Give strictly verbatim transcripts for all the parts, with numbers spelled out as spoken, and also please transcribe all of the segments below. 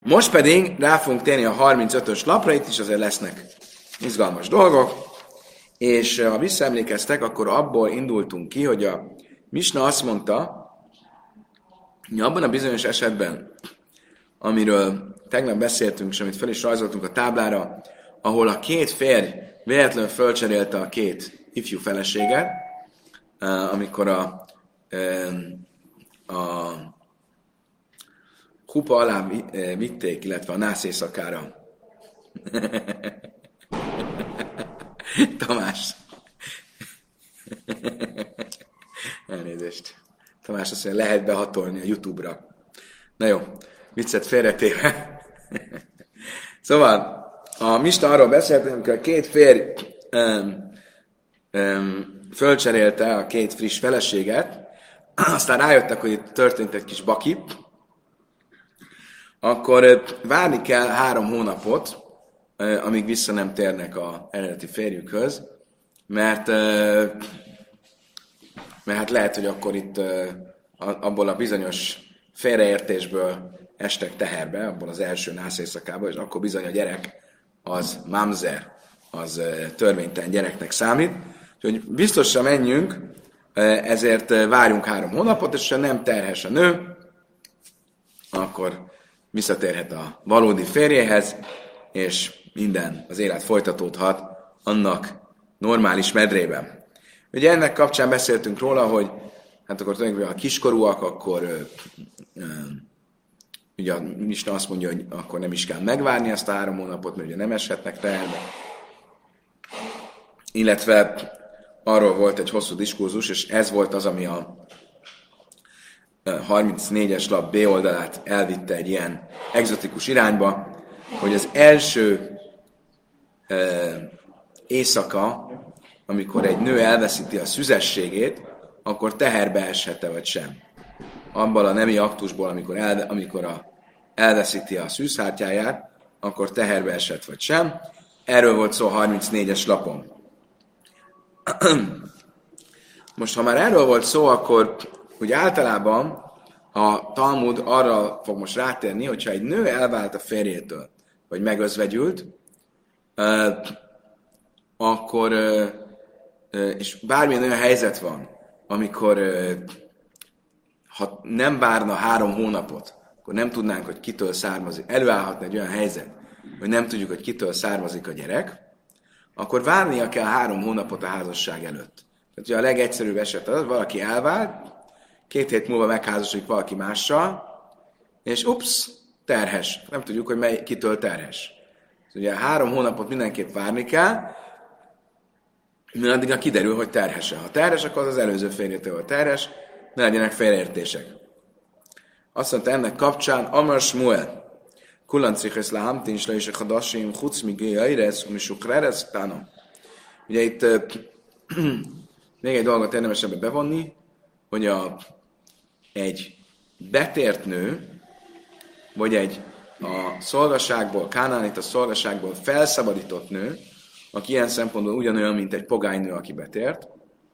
Most pedig rá fogunk térni a harmincötös lapra, itt is azért lesznek izgalmas dolgok, és ha visszaemlékeztek, akkor abból indultunk ki, hogy a Misna azt mondta, hogy abban a bizonyos esetben, amiről tegnap beszéltünk, és amit fel is rajzoltunk a táblára, ahol a két férj véletlenül fölcserélte a két ifjú feleséget, amikor a, a kupa alá vitték, illetve a nász éjszakára. Tamás. Elnézést. Tamás azt mondja, lehet behatolni a YouTube-ra. Na jó, viccet félretéve. Szóval, a Misna arról beszélt, amikor a két férj um, um, fölcserélte a két friss feleséget, aztán rájöttek, hogy itt történt egy kis baki, akkor várni kell három hónapot, amíg vissza nem térnek az eredeti férjükhöz, mert, mert hát lehet, hogy akkor itt abból a bizonyos félreértésből estek teherbe, abból az első nász éjszakából, és akkor bizony a gyerek az mamzer, az törvénytelen gyereknek számít. Úgyhogy biztosan menjünk, ezért várjunk három hónapot, és ha nem terhes a nő, akkor visszatérhet a valódi férjéhez, és minden, az élet folytatódhat annak normális medrében. Ugye ennek kapcsán beszéltünk róla, hogy hát akkor tulajdonképpen a kiskorúak, akkor ö, ö, ugye a Misna azt mondja, hogy akkor nem is kell megvárni azt a három hónapot, mert ugye nem eshetnek teherbe. Illetve arról volt egy hosszú diskurzus, és ez volt az, ami a harmincnégyes lap B oldalát elvitte egy ilyen egzotikus irányba, hogy az első euh, éjszaka, amikor egy nő elveszíti a szüzességét, akkor teherbe eshet-e vagy sem. Abban a nemi aktusból, amikor, el, amikor a, elveszíti a szűzhártyáját, akkor teherbe eshet vagy sem. Erről volt szó a harmincnégyes lapon. Most, ha már erről volt szó, akkor úgy általában a Talmud arra fog most rátérni, hogyha egy nő elvált a férjétől, vagy megözvegyült, akkor, és bármilyen olyan helyzet van, amikor ha nem várna három hónapot, akkor nem tudnánk, hogy kitől származik. Előállhatna egy olyan helyzet, hogy nem tudjuk, hogy kitől származik a gyerek, akkor várnia kell három hónapot a házasság előtt. Tehát ugye a legegyszerűbb eset az, valaki elvált, két hét múlva megházasodik valaki mással, és ups, terhes. Nem tudjuk, hogy mely, kitől terhes. Ugye három hónapot mindenképp várni kell, mert addigra kiderül, hogy terhes-e. Ha terhes, akkor az az előző férjétől volt terhes, ne legyenek félreértések. Azt mondta ennek kapcsán, Amar Shmuel, Kullanciches lahamtin, és a hadasim, chucmi géjairesz, umisukreres, tánom. Ugye itt még egy dolgot érdemes ebbe bevonni, hogy a, egy betért nő, vagy egy a szolgaságból, kánánit a szolgaságból felszabadított nő, aki ilyen szempontból ugyanolyan, mint egy pogánynő, aki betért,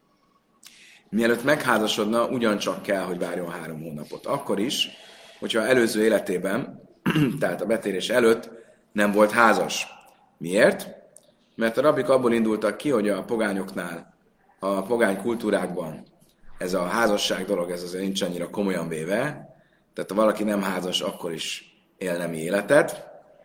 mielőtt megházasodna, ugyancsak kell, hogy várjon három hónapot. Akkor is, hogyha előző életében, tehát a betérés előtt nem volt házas. Miért? Mert a rabik abból indultak ki, hogy a pogányoknál, a pogány kultúrákban ez a házasság dolog, ez azért nincs annyira komolyan véve, tehát ha valaki nem házas, akkor is él nemi életet.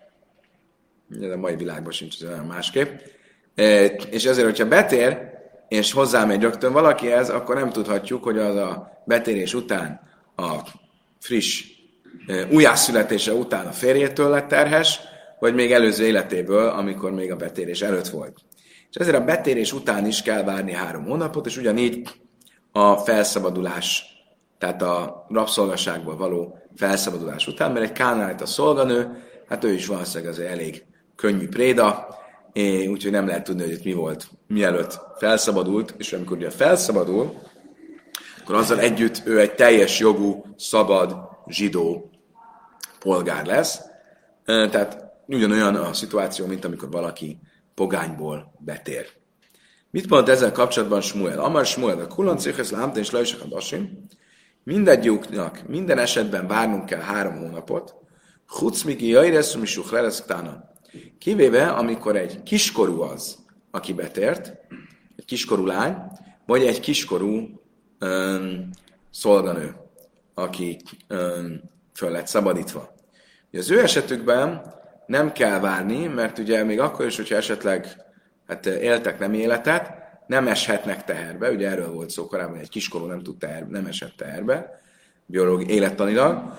A mai világban sincs ez olyan másképp. És ezért, hogyha betér, és hozzámegy rögtön valakihez, akkor nem tudhatjuk, hogy az a betérés után, a friss újjászületése után a férjétől lett terhes, vagy még előző életéből, amikor még a betérés előtt volt. És ezért a betérés után is kell várni három hónapot, és ugyanígy a felszabadulás, tehát a rabszolgaságból való felszabadulás után, mert egy kánánit a szolganő, hát ő is valószínűleg azért elég könnyű préda, úgyhogy nem lehet tudni, hogy itt mi volt, mielőtt felszabadult, és amikor ugye felszabadul, akkor azzal együtt ő egy teljes jogú, szabad, zsidó polgár lesz. Tehát ugyanolyan a szituáció, mint amikor valaki pogányból betér. Mit mond ezzel kapcsolatban Shmuel? Amar Shmuel, a kullanciches lámten és lajsek a dasim. Mindegyiknek, minden esetben várnunk kell három hónapot. Chucmiki jairesz, misuk leleszktána. Kivéve, amikor egy kiskorú az, aki betért, egy kiskorú lány, vagy egy kiskorú öm, szolganő, aki öm, föl lett szabadítva. Az ő esetükben nem kell várni, mert ugye még akkor is, hogyha esetleg hát, éltek nem életet, nem eshetnek teherbe, ugye erről volt szó korábban, egy kiskorú nem tud teherbe, nem esett teherbe, biológiai élettanilag,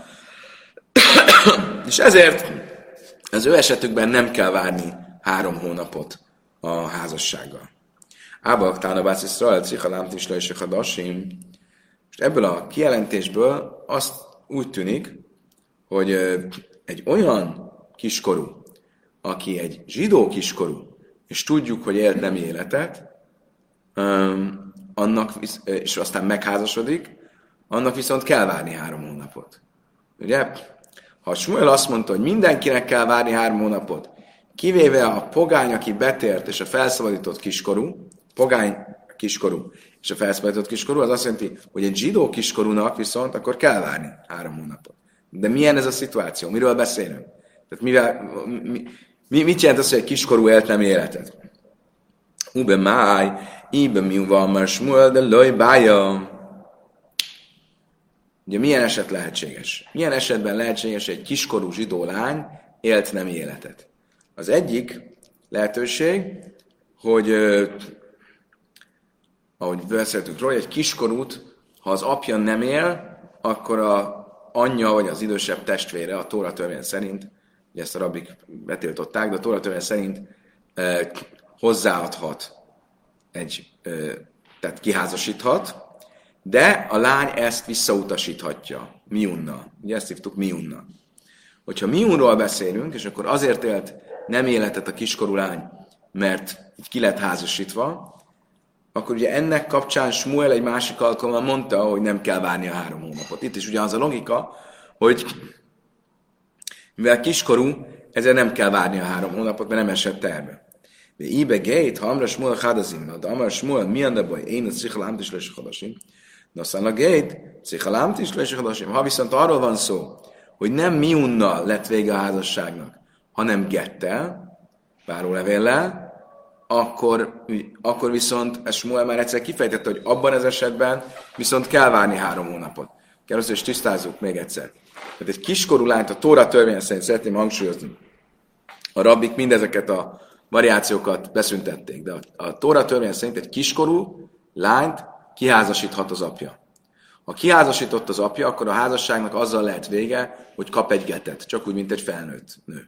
és ezért az ő esetükben nem kell várni három hónapot a házassággal. Ába Tánabász Iszrael, Cihalám Tisla és Hadasim. Most ebből a kijelentésből azt úgy tűnik, hogy egy olyan kiskorú, aki egy zsidó kiskorú, és tudjuk, hogy élt nem életet, annak, és aztán megházasodik, annak viszont kell várni három hónapot. Ugye? Ha Smuel azt mondta, hogy mindenkinek kell várni három hónapot, kivéve a pogány, aki betért, és a felszabadított kiskorú, pogány kiskorú, és a felszabadított kiskorú, az azt jelenti, hogy egy zsidó kiskorúnak viszont akkor kell várni három hónapot. De milyen ez a szituáció? Miről beszélünk? Tehát mivel, mi, mi, mit jelent az, hogy egy kiskorú élt nem életet? Ube máj, íbe mi van, már Smuel, de loj bája. Ugye milyen eset lehetséges? Milyen esetben lehetséges, hogy egy kiskorú zsidó lány élt nem életet? Az egyik lehetőség, hogy ahogy beszéltünk róla, egy kiskorút, ha az apja nem él, akkor a anyja vagy az idősebb testvére a Tóra törvény szerint, ugye ezt a rabbik betiltották, de a Tóra törvény szerint e, hozzáadhat egy, e, tehát kiházasíthat, de a lány ezt visszautasíthatja miunnal. Ugye ezt hívtuk miunnal. Hogyha miunról beszélünk, és akkor azért élt nem életet a kiskorú lány, mert ki lett házasítva, akkor ugye ennek kapcsán Smuel egy másik alkalommal mondta, hogy nem kell várni a három hónapot. Itt is ugyanaz a logika, hogy mivel kiskorú, ezért nem kell várni a három hónapot, mert nem esett terve. De íbe gejt, ha amra Smuel hadazim, de amra Smuel mi a baj, én a cichalámt is lesz hadasim, de aztán a gejt, cichalámt is lesz hadasim. Ha viszont arról van szó, hogy nem miunnal lett vége a házasságnak, hanem gettel, várólevéllel, akkor, akkor viszont, ezt Smuel már egyszer kifejtette, hogy abban az esetben viszont kell várni három hónapot. Kell azt is tisztázzuk még egyszer. Tehát egy kiskorú lányt a Tóra törvény szerint szeretném hangsúlyozni. A rabbik mindezeket a variációkat beszüntették, de a, a Tóra törvény szerint egy kiskorú lányt kiházasíthat az apja. Ha kiházasított az apja, akkor a házasságnak azzal lehet vége, hogy kap egy getet, csak úgy, mint egy felnőtt nő.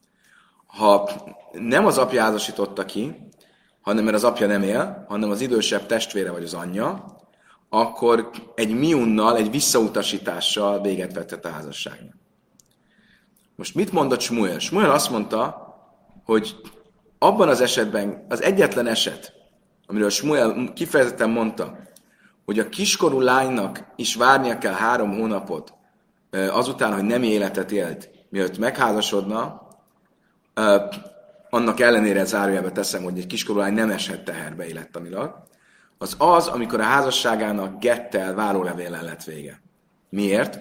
Ha nem az apja házasította ki, hanem mert az apja nem él, hanem az idősebb testvére vagy az anyja, akkor egy miunnal, egy visszautasítással véget vetett a házasságnak. Most mit mondott Smuel? Smuel azt mondta, hogy abban az esetben, az egyetlen eset, amiről Smuel kifejezetten mondta, hogy a kiskorú lánynak is várnia kell három hónapot azután, hogy nem életet élt, mielőtt megházasodna, annak ellenére zárójelbe teszem, hogy egy kiskorú lány nem esett teherbe élettanilag, az az, amikor a házasságának gettel, várólevéllel lett vége. Miért?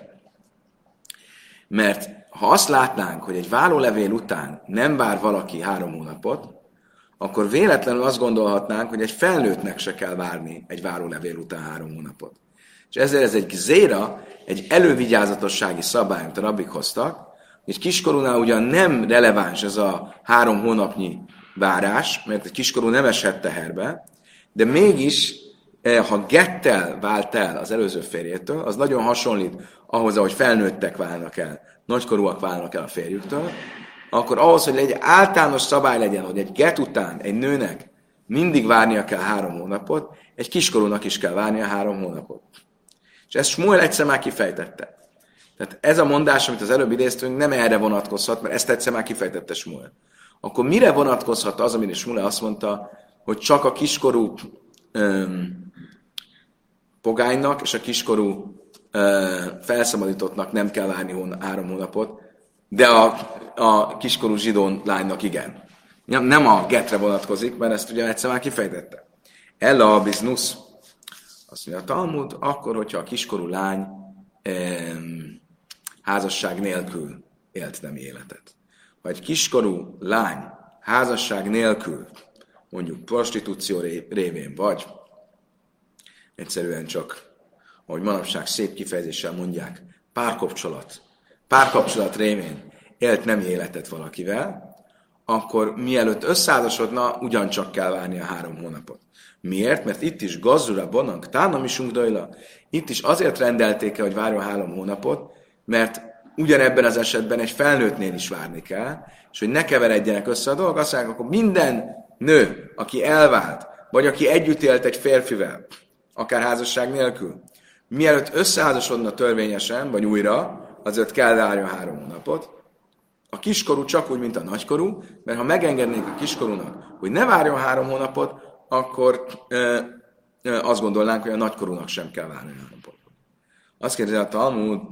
Mert ha azt látnánk, hogy egy várólevél után nem vár valaki három hónapot, akkor véletlenül azt gondolhatnánk, hogy egy felnőttnek se kell várni egy várólevél után három hónapot. És ezért ez egy zéra, egy elővigyázatossági szabály, amit a rabbik hoztak, egy kiskorúnál ugyan nem releváns ez a három hónapnyi várás, mert egy kiskorú nem esett teherbe, de mégis, ha gettel vált el az előző férjétől, az nagyon hasonlít ahhoz, ahogy felnőttek válnak el, nagykorúak válnak el a férjüktől, akkor ahhoz, hogy egy általános szabály legyen, hogy egy get után egy nőnek mindig várnia kell három hónapot, egy kiskorúnak is kell várnia három hónapot. És ezt Smuel egyszer már kifejtette. Tehát ez a mondás, amit az előbb idéztünk, nem erre vonatkozhat, mert ezt egyszer már kifejtette Smuel. Akkor mire vonatkozhat az, amire Smuel azt mondta, hogy csak a kiskorú öm, pogánynak és a kiskorú öm, felszabadítottnak nem kell várni hón, három hónapot, de a, a kiskorú zsidó lánynak igen. Nem, nem a getre vonatkozik, mert ezt ugye egyszer már kifejtette. Ella a biznusz. Azt mondja a Talmud, akkor, hogyha a kiskorú lány öm, házasság nélkül élt nem életet. Ha egy kiskorú lány házasság nélkül, mondjuk prostitúció révén, vagy egyszerűen csak, ahogy manapság szép kifejezéssel mondják, párkapcsolat, párkapcsolat révén élt nem életet valakivel, akkor mielőtt összeházasodna, ugyancsak kell várni a három hónapot. Miért? Mert itt is gazdura bonank, tánam is dajla, itt is azért rendelték el, hogy várjon három hónapot, mert ugyanebben az esetben egy felnőttnél is várni kell, és hogy ne keveredjenek össze a dolgok, azt mondják, akkor minden nő, aki elvált, vagy aki együtt élt egy férfivel, akár házasság nélkül, mielőtt összeházasodna törvényesen, vagy újra, azért kell várjon három hónapot. A kiskorú csak úgy, mint a nagykorú, mert ha megengednék a kiskorúnak, hogy ne várjon három hónapot, akkor ö, ö, azt gondolnánk, hogy a nagykorúnak sem kell várni három hónapot. Azt kérdezi a Talmud,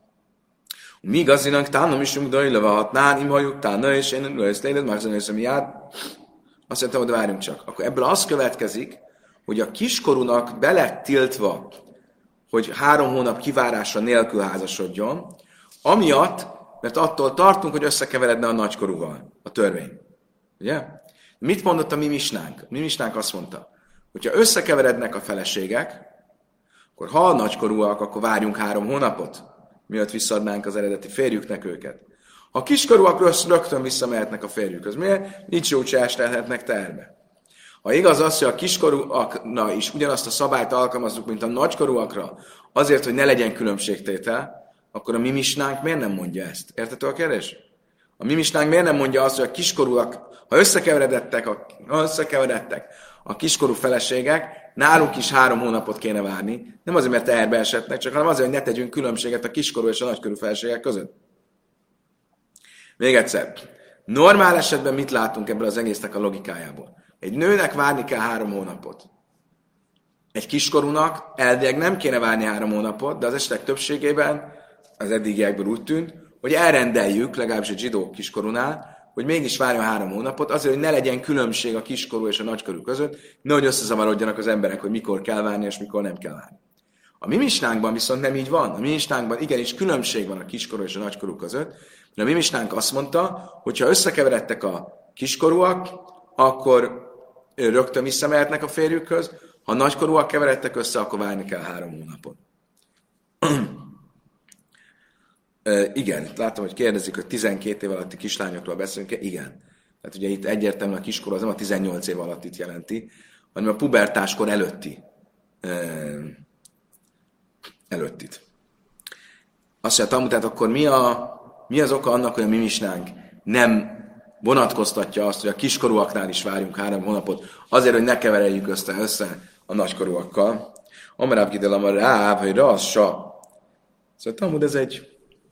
míg azinak tánom is dajlövahatnán, imhajuk tána, és én lesz léled, már zenészem jád. Azt mondtam, hogy várjunk csak. Akkor ebből az következik, hogy a kiskorúnak be lett tiltva, hogy három hónap kivárása nélkül házasodjon, amiatt, mert attól tartunk, hogy összekeveredne a nagykorúval a törvény. Ugye? Mit mondott a mi misnánk? A mi misnánk azt mondta, hogyha összekeverednek a feleségek, akkor ha a nagykorúak, akkor várjunk három hónapot, miatt visszaadnánk az eredeti férjüknek őket. Ha a kiskorúak rögtön visszamehetnek a férjükhöz, miért? Nincs úgy se estelhetnek terbe. Ha igaz az, hogy a kiskorúakna is ugyanazt a szabályt alkalmazzuk, mint a nagykorúakra, azért, hogy ne legyen különbségtétel, akkor a mi misnánk miért nem mondja ezt? Értető a kérdés? A mi misnánk miért nem mondja azt, hogy a kiskorúak, ha összekeveredettek, a, ha összekeveredtek a kiskorú feleségek, náluk is három hónapot kéne várni, nem azért, mert teherbe esetnek, csak hanem azért, hogy ne tegyünk különbséget a kiskorú és a nagykorú feleségek között. Még egyszer. Normál esetben mit látunk ebből az egésznek a logikájából? Egy nőnek várni kell három hónapot. Egy kiskorúnak elvileg nem kéne várni három hónapot, de az esetek többségében, az eddigiekből úgy tűnt, hogy elrendeljük, legalábbis egy zsidó kiskorúnál, hogy mégis várjon három hónapot, azért, hogy ne legyen különbség a kiskorú és a nagykorú között, nehogy összezavarodjanak az emberek, hogy mikor kell várni és mikor nem kell várni. A mi misnánkban viszont nem így van. A mi misnánkban igenis különbség van a kiskorú és a nagykorú között. A mi misnánk azt mondta, hogy ha összekeveredtek a kiskorúak, akkor rögtön visszamehetnek a férjükhöz, ha nagykorúak keveredtek össze, akkor várni kell három hónapot. Uh, igen, látom, hogy kérdezik, hogy tizenkét év alatti kislányokról beszélünk-e? Igen. Tehát ugye itt egyértelműen a kiskorú az nem a tizennyolc év alattit jelenti, hanem a pubertáskor előtti. Uh, előttit. Azt mondja, tehát akkor mi, a, mi az oka annak, hogy a mi misnánk nem vonatkoztatja azt, hogy a kiskorúaknál is várjunk három hónapot, azért, hogy ne kevereljük össze, össze a nagykorúakkal. Amarább gidel, amarább, hogy rassa. Szóval Talmud, ez egy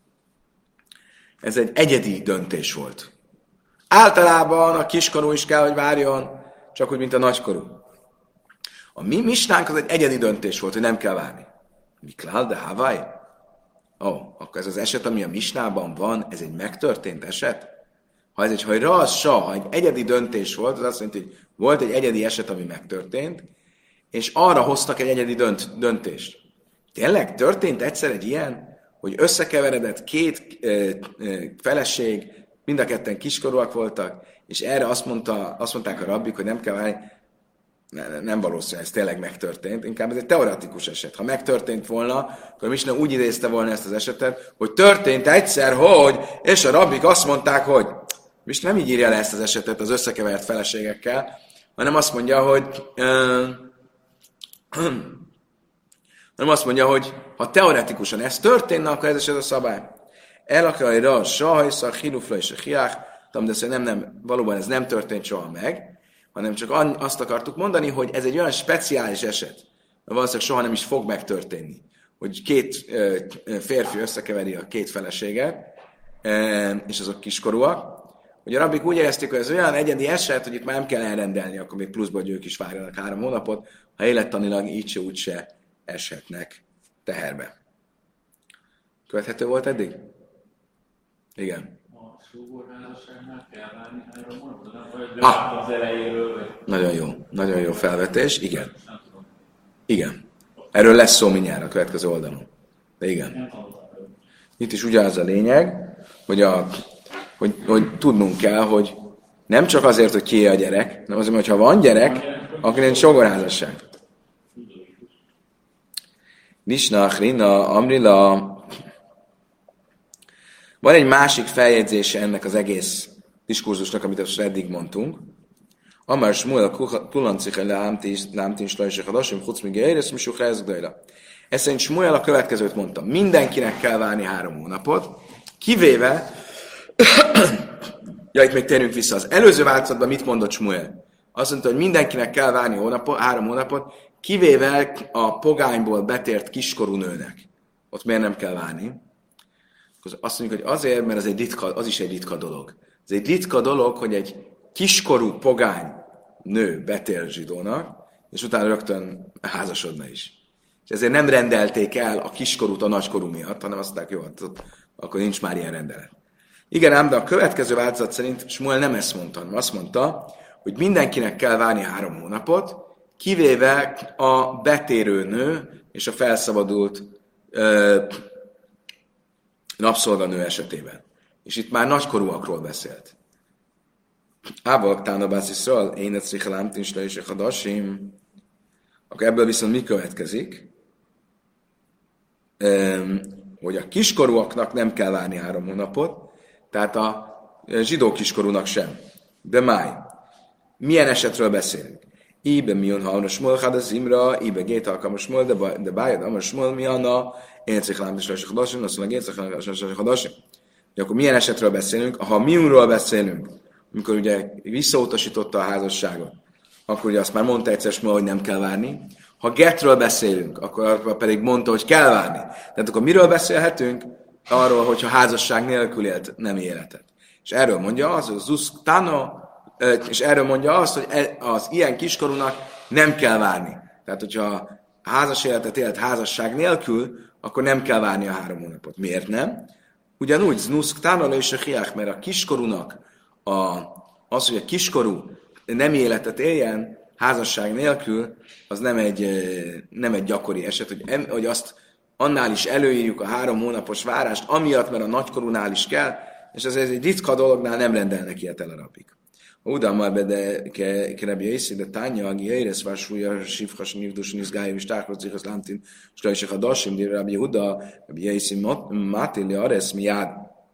Ez egy egyedi döntés volt. Általában a kiskorú is kell, hogy várjon, csak úgy, mint a nagykorú. A mi misnánk az egy egyedi döntés volt, hogy nem kell várni. Miklál, de Hawaii? Ó, oh, akkor ez az eset, ami a misnában van, ez egy megtörtént eset? Ha ez egy hajrassa, ha egy egyedi döntés volt, az azt jelenti, hogy volt egy egyedi eset, ami megtörtént, és arra hoztak egy egyedi dönt, döntést. Tényleg történt egyszer egy ilyen, hogy összekeveredett két ö, ö, feleség, mind a ketten kiskorúak voltak, és erre azt, mondta, azt mondták a rabbik, hogy nem kell várni, ne, nem valószínű, ez tényleg megtörtént, inkább ez egy teoretikus eset. Ha megtörtént volna, akkor Misna úgy idézte volna ezt az esetet, hogy történt egyszer, hogy, és a rabbik azt mondták, hogy Misna nem így írja le ezt az esetet az összekevert feleségekkel, hanem azt mondja, hogy ö, hanem azt mondja, hogy ha teoretikusan ez történne, akkor ez eset a szabály. El akarja, sajsz, hilufla és a hiák, de nem, nem, valóban ez nem történt soha meg, hanem csak azt akartuk mondani, hogy ez egy olyan speciális eset, mert valószínűleg soha nem is fog megtörténni, hogy két férfi összekeveri a két feleséget, és azok kiskorúak, hogy a rabbik úgy érezték, hogy ez olyan egyedi eset, hogy itt már nem kell elrendelni, akkor még pluszban, hogy ők is várjanak három hónapot, ha élettanilag így se úgy se eshetnek teherbe. Követhető volt eddig? Igen. A súgórházasságnál kell várni három hónapot? Vagy ah, az elejéről? Vagy... Nagyon jó, nagyon jó felvetés. Igen. Igen. Erről lesz szó mindjárt a következő oldalon. De igen. Itt is ugyanaz a lényeg, hogy, a, hogy, hogy tudnunk kell, hogy nem csak azért, hogy kié a gyerek, hanem azért, hogy ha van gyerek, akkor nincs sógorházasság. Nisnach, Rina, Amrila. Van egy másik feljegyzése ennek az egész diskurzusnak, amit most eddig mondtunk. Amár Smuel Kulancike lámtin slajsek a dasim, chuc még éresz, misuk rájezek dajra. Ez szerint Smuel a következőt mondta. Mindenkinek kell várni három hónapot, kivéve, ja, itt még térjünk vissza. Az előző változatban mit mondott Smuel? Azt mondta, hogy mindenkinek kell várni hónapot, három hónapot, kivéve a pogányból betért kiskorú nőnek. Ott miért nem kell várni? Azt mondjuk, hogy azért, mert az, egy ritka, az is egy ritka dolog. Ez egy ritka dolog, hogy egy kiskorú pogány nő betér zsidónak, és utána rögtön házasodna is. És ezért nem rendelték el a kiskorút a nagykorú miatt, hanem azt mondták, jó, akkor nincs már ilyen rendelet. Igen, ám, de a következő változat szerint Smuel nem ezt mondta, hanem azt mondta, hogy mindenkinek kell várni három hónapot, kivéve a betérő nő és a felszabadult ö, rabszolganő esetében. És itt már nagykorúakról beszélt. Ábak tánabászisról, én egy szichalámtin és a hadasim. Akkor ebből viszont mi következik? Üm, hogy a kiskorúaknak nem kell várni három hónapot, tehát a zsidó kiskorúnak sem. De máj. Milyen esetről beszélünk? Ibe mion halmas mol, hadas imra, ibe gét alkalmas mol, de bájad alkalmas mol, mi anna, én szichalámtin és a hadasim, azt mondja, én szichalámtin és a hadasim. Akkor milyen esetről beszélünk? Ha miunról beszélünk, amikor ugye visszautasította a házasságot, akkor ugye azt már mondta egyszer, hogy nem kell várni. Ha getről beszélünk, akkor pedig mondta, hogy kell várni. Tehát akkor miről beszélhetünk? Arról, hogyha házasság nélkül élt nem életet. És erről mondja az, hogy Zusz Tano, és erről mondja azt, hogy az ilyen kiskorúnak nem kell várni. Tehát, hogyha házas életet élt házasság nélkül, akkor nem kell várni a három hónapot. Miért nem? Ugyanúgy Znusz Tano és a hiák, mert a kiskorúnak a, az, hogy a kiskorú nem életet éljen házasság nélkül, az nem egy, nem egy gyakori eset, hogy, hogy azt annál is előírjuk a három hónapos várást, amiatt, mert a nagykorúnál is kell, és ez egy ritka dolognál nem rendelnek ilyet el a rabik. Uda már be, de kerebi észi, de tánya, agi érez, vásúlya, sívhas, nívdus, nizgája, és tárkozik, az lámtin, és lejsek a dasim, de rabbi Uda, rabbi észi, mátili, aresz, mi jád.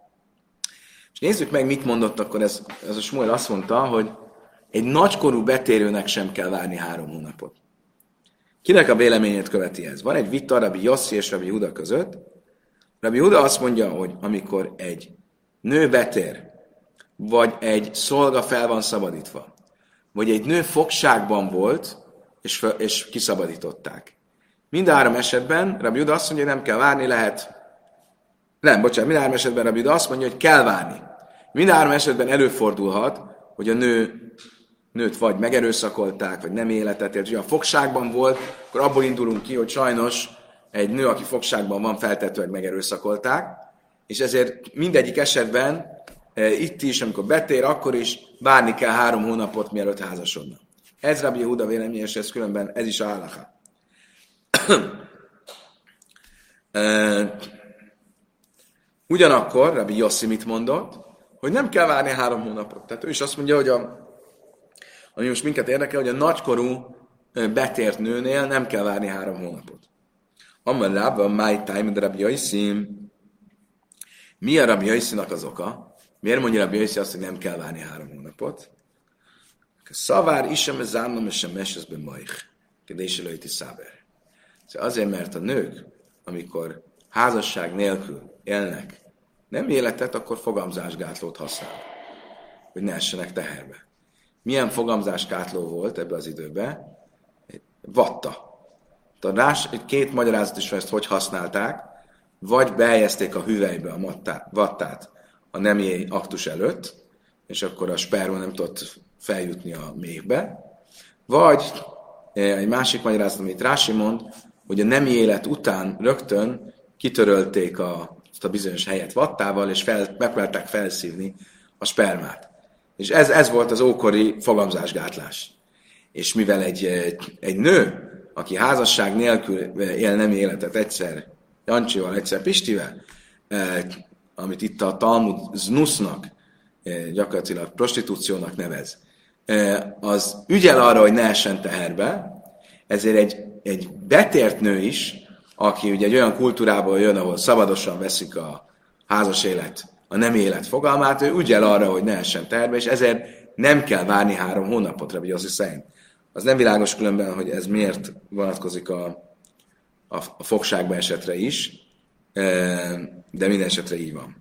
És nézzük meg, mit mondott akkor ez, ez a Smuel azt mondta, hogy egy nagykorú betérőnek sem kell várni három hónapot. Kinek a véleményét követi ez? Van egy vita Rabbi Yossi és Rabbi Huda között. Rabbi Huda azt mondja, hogy amikor egy nő betér, vagy egy szolga fel van szabadítva, vagy egy nő fogságban volt, és, fel, és kiszabadították. Mind a három esetben Rabbi Huda azt mondja, hogy nem kell várni, lehet. Nem, bocsánat, mind a három esetben Rabbi Huda azt mondja, hogy kell várni. Mind a három esetben előfordulhat, hogy a nő nőt vagy megerőszakolták, vagy nem életet élt. Ha fogságban volt, akkor abból indulunk ki, hogy sajnos egy nő, aki fogságban van, feltetőleg megerőszakolták, és ezért mindegyik esetben e, itt is, amikor betér, akkor is várni kell három hónapot, mielőtt házasodna. Ez Rabbi Yehuda véleménye, és ez különben ez is a halacha. e, ugyanakkor Rabbi Yossi mit mondott? Hogy nem kell várni három hónapot. Tehát ő is azt mondja, hogy a ami most minket érdekel, hogy a nagykorú betért nőnél nem kell várni három hónapot. Amman Rabba, my time, de Rabbi Yossi. Mi a Rabbi Yossinak az oka? Miért mondja Rabbi Yossi azt, hogy nem kell várni három hónapot? Szavár isem zánnom és sem meseszben maich. Kedési lőti száber. Azért, mert a nők, amikor házasság nélkül élnek nem életet, akkor fogamzásgátlót használ, hogy ne essenek teherbe. Milyen fogamzásgátló volt ebbe az időben? Vatta. Rás, két magyarázat is van ezt, hogy használták, vagy behelyezték a hüvelybe a mattát, vattát a nemi aktus előtt, és akkor a sperma nem tudott feljutni a méhbe, vagy egy másik magyarázat, amit Rási mond, hogy a nemi élet után rögtön kitörölték a, azt a bizonyos helyet vattával, és fel, megpróbálták felszívni a spermát. És ez, ez volt az ókori fogamzásgátlás. És mivel egy, egy nő, aki házasság nélkül él nemi életet egyszer Jancsival, egyszer Pistivel, amit itt a Talmud znusznak, gyakorlatilag prostitúciónak nevez, az ügyel arra, hogy ne essen teherbe, ezért egy, egy betért nő is, aki ugye egy olyan kultúrából jön, ahol szabadosan veszik a házas élet, a nem élet fogalmát, ő ügyel arra, hogy ne essen teherbe, és ezért nem kell várni három hónapot, Rabbi Yossi szerint. Az nem világos különben, hogy ez miért vonatkozik a, a, a fogságba esetre is, de minden esetre így van.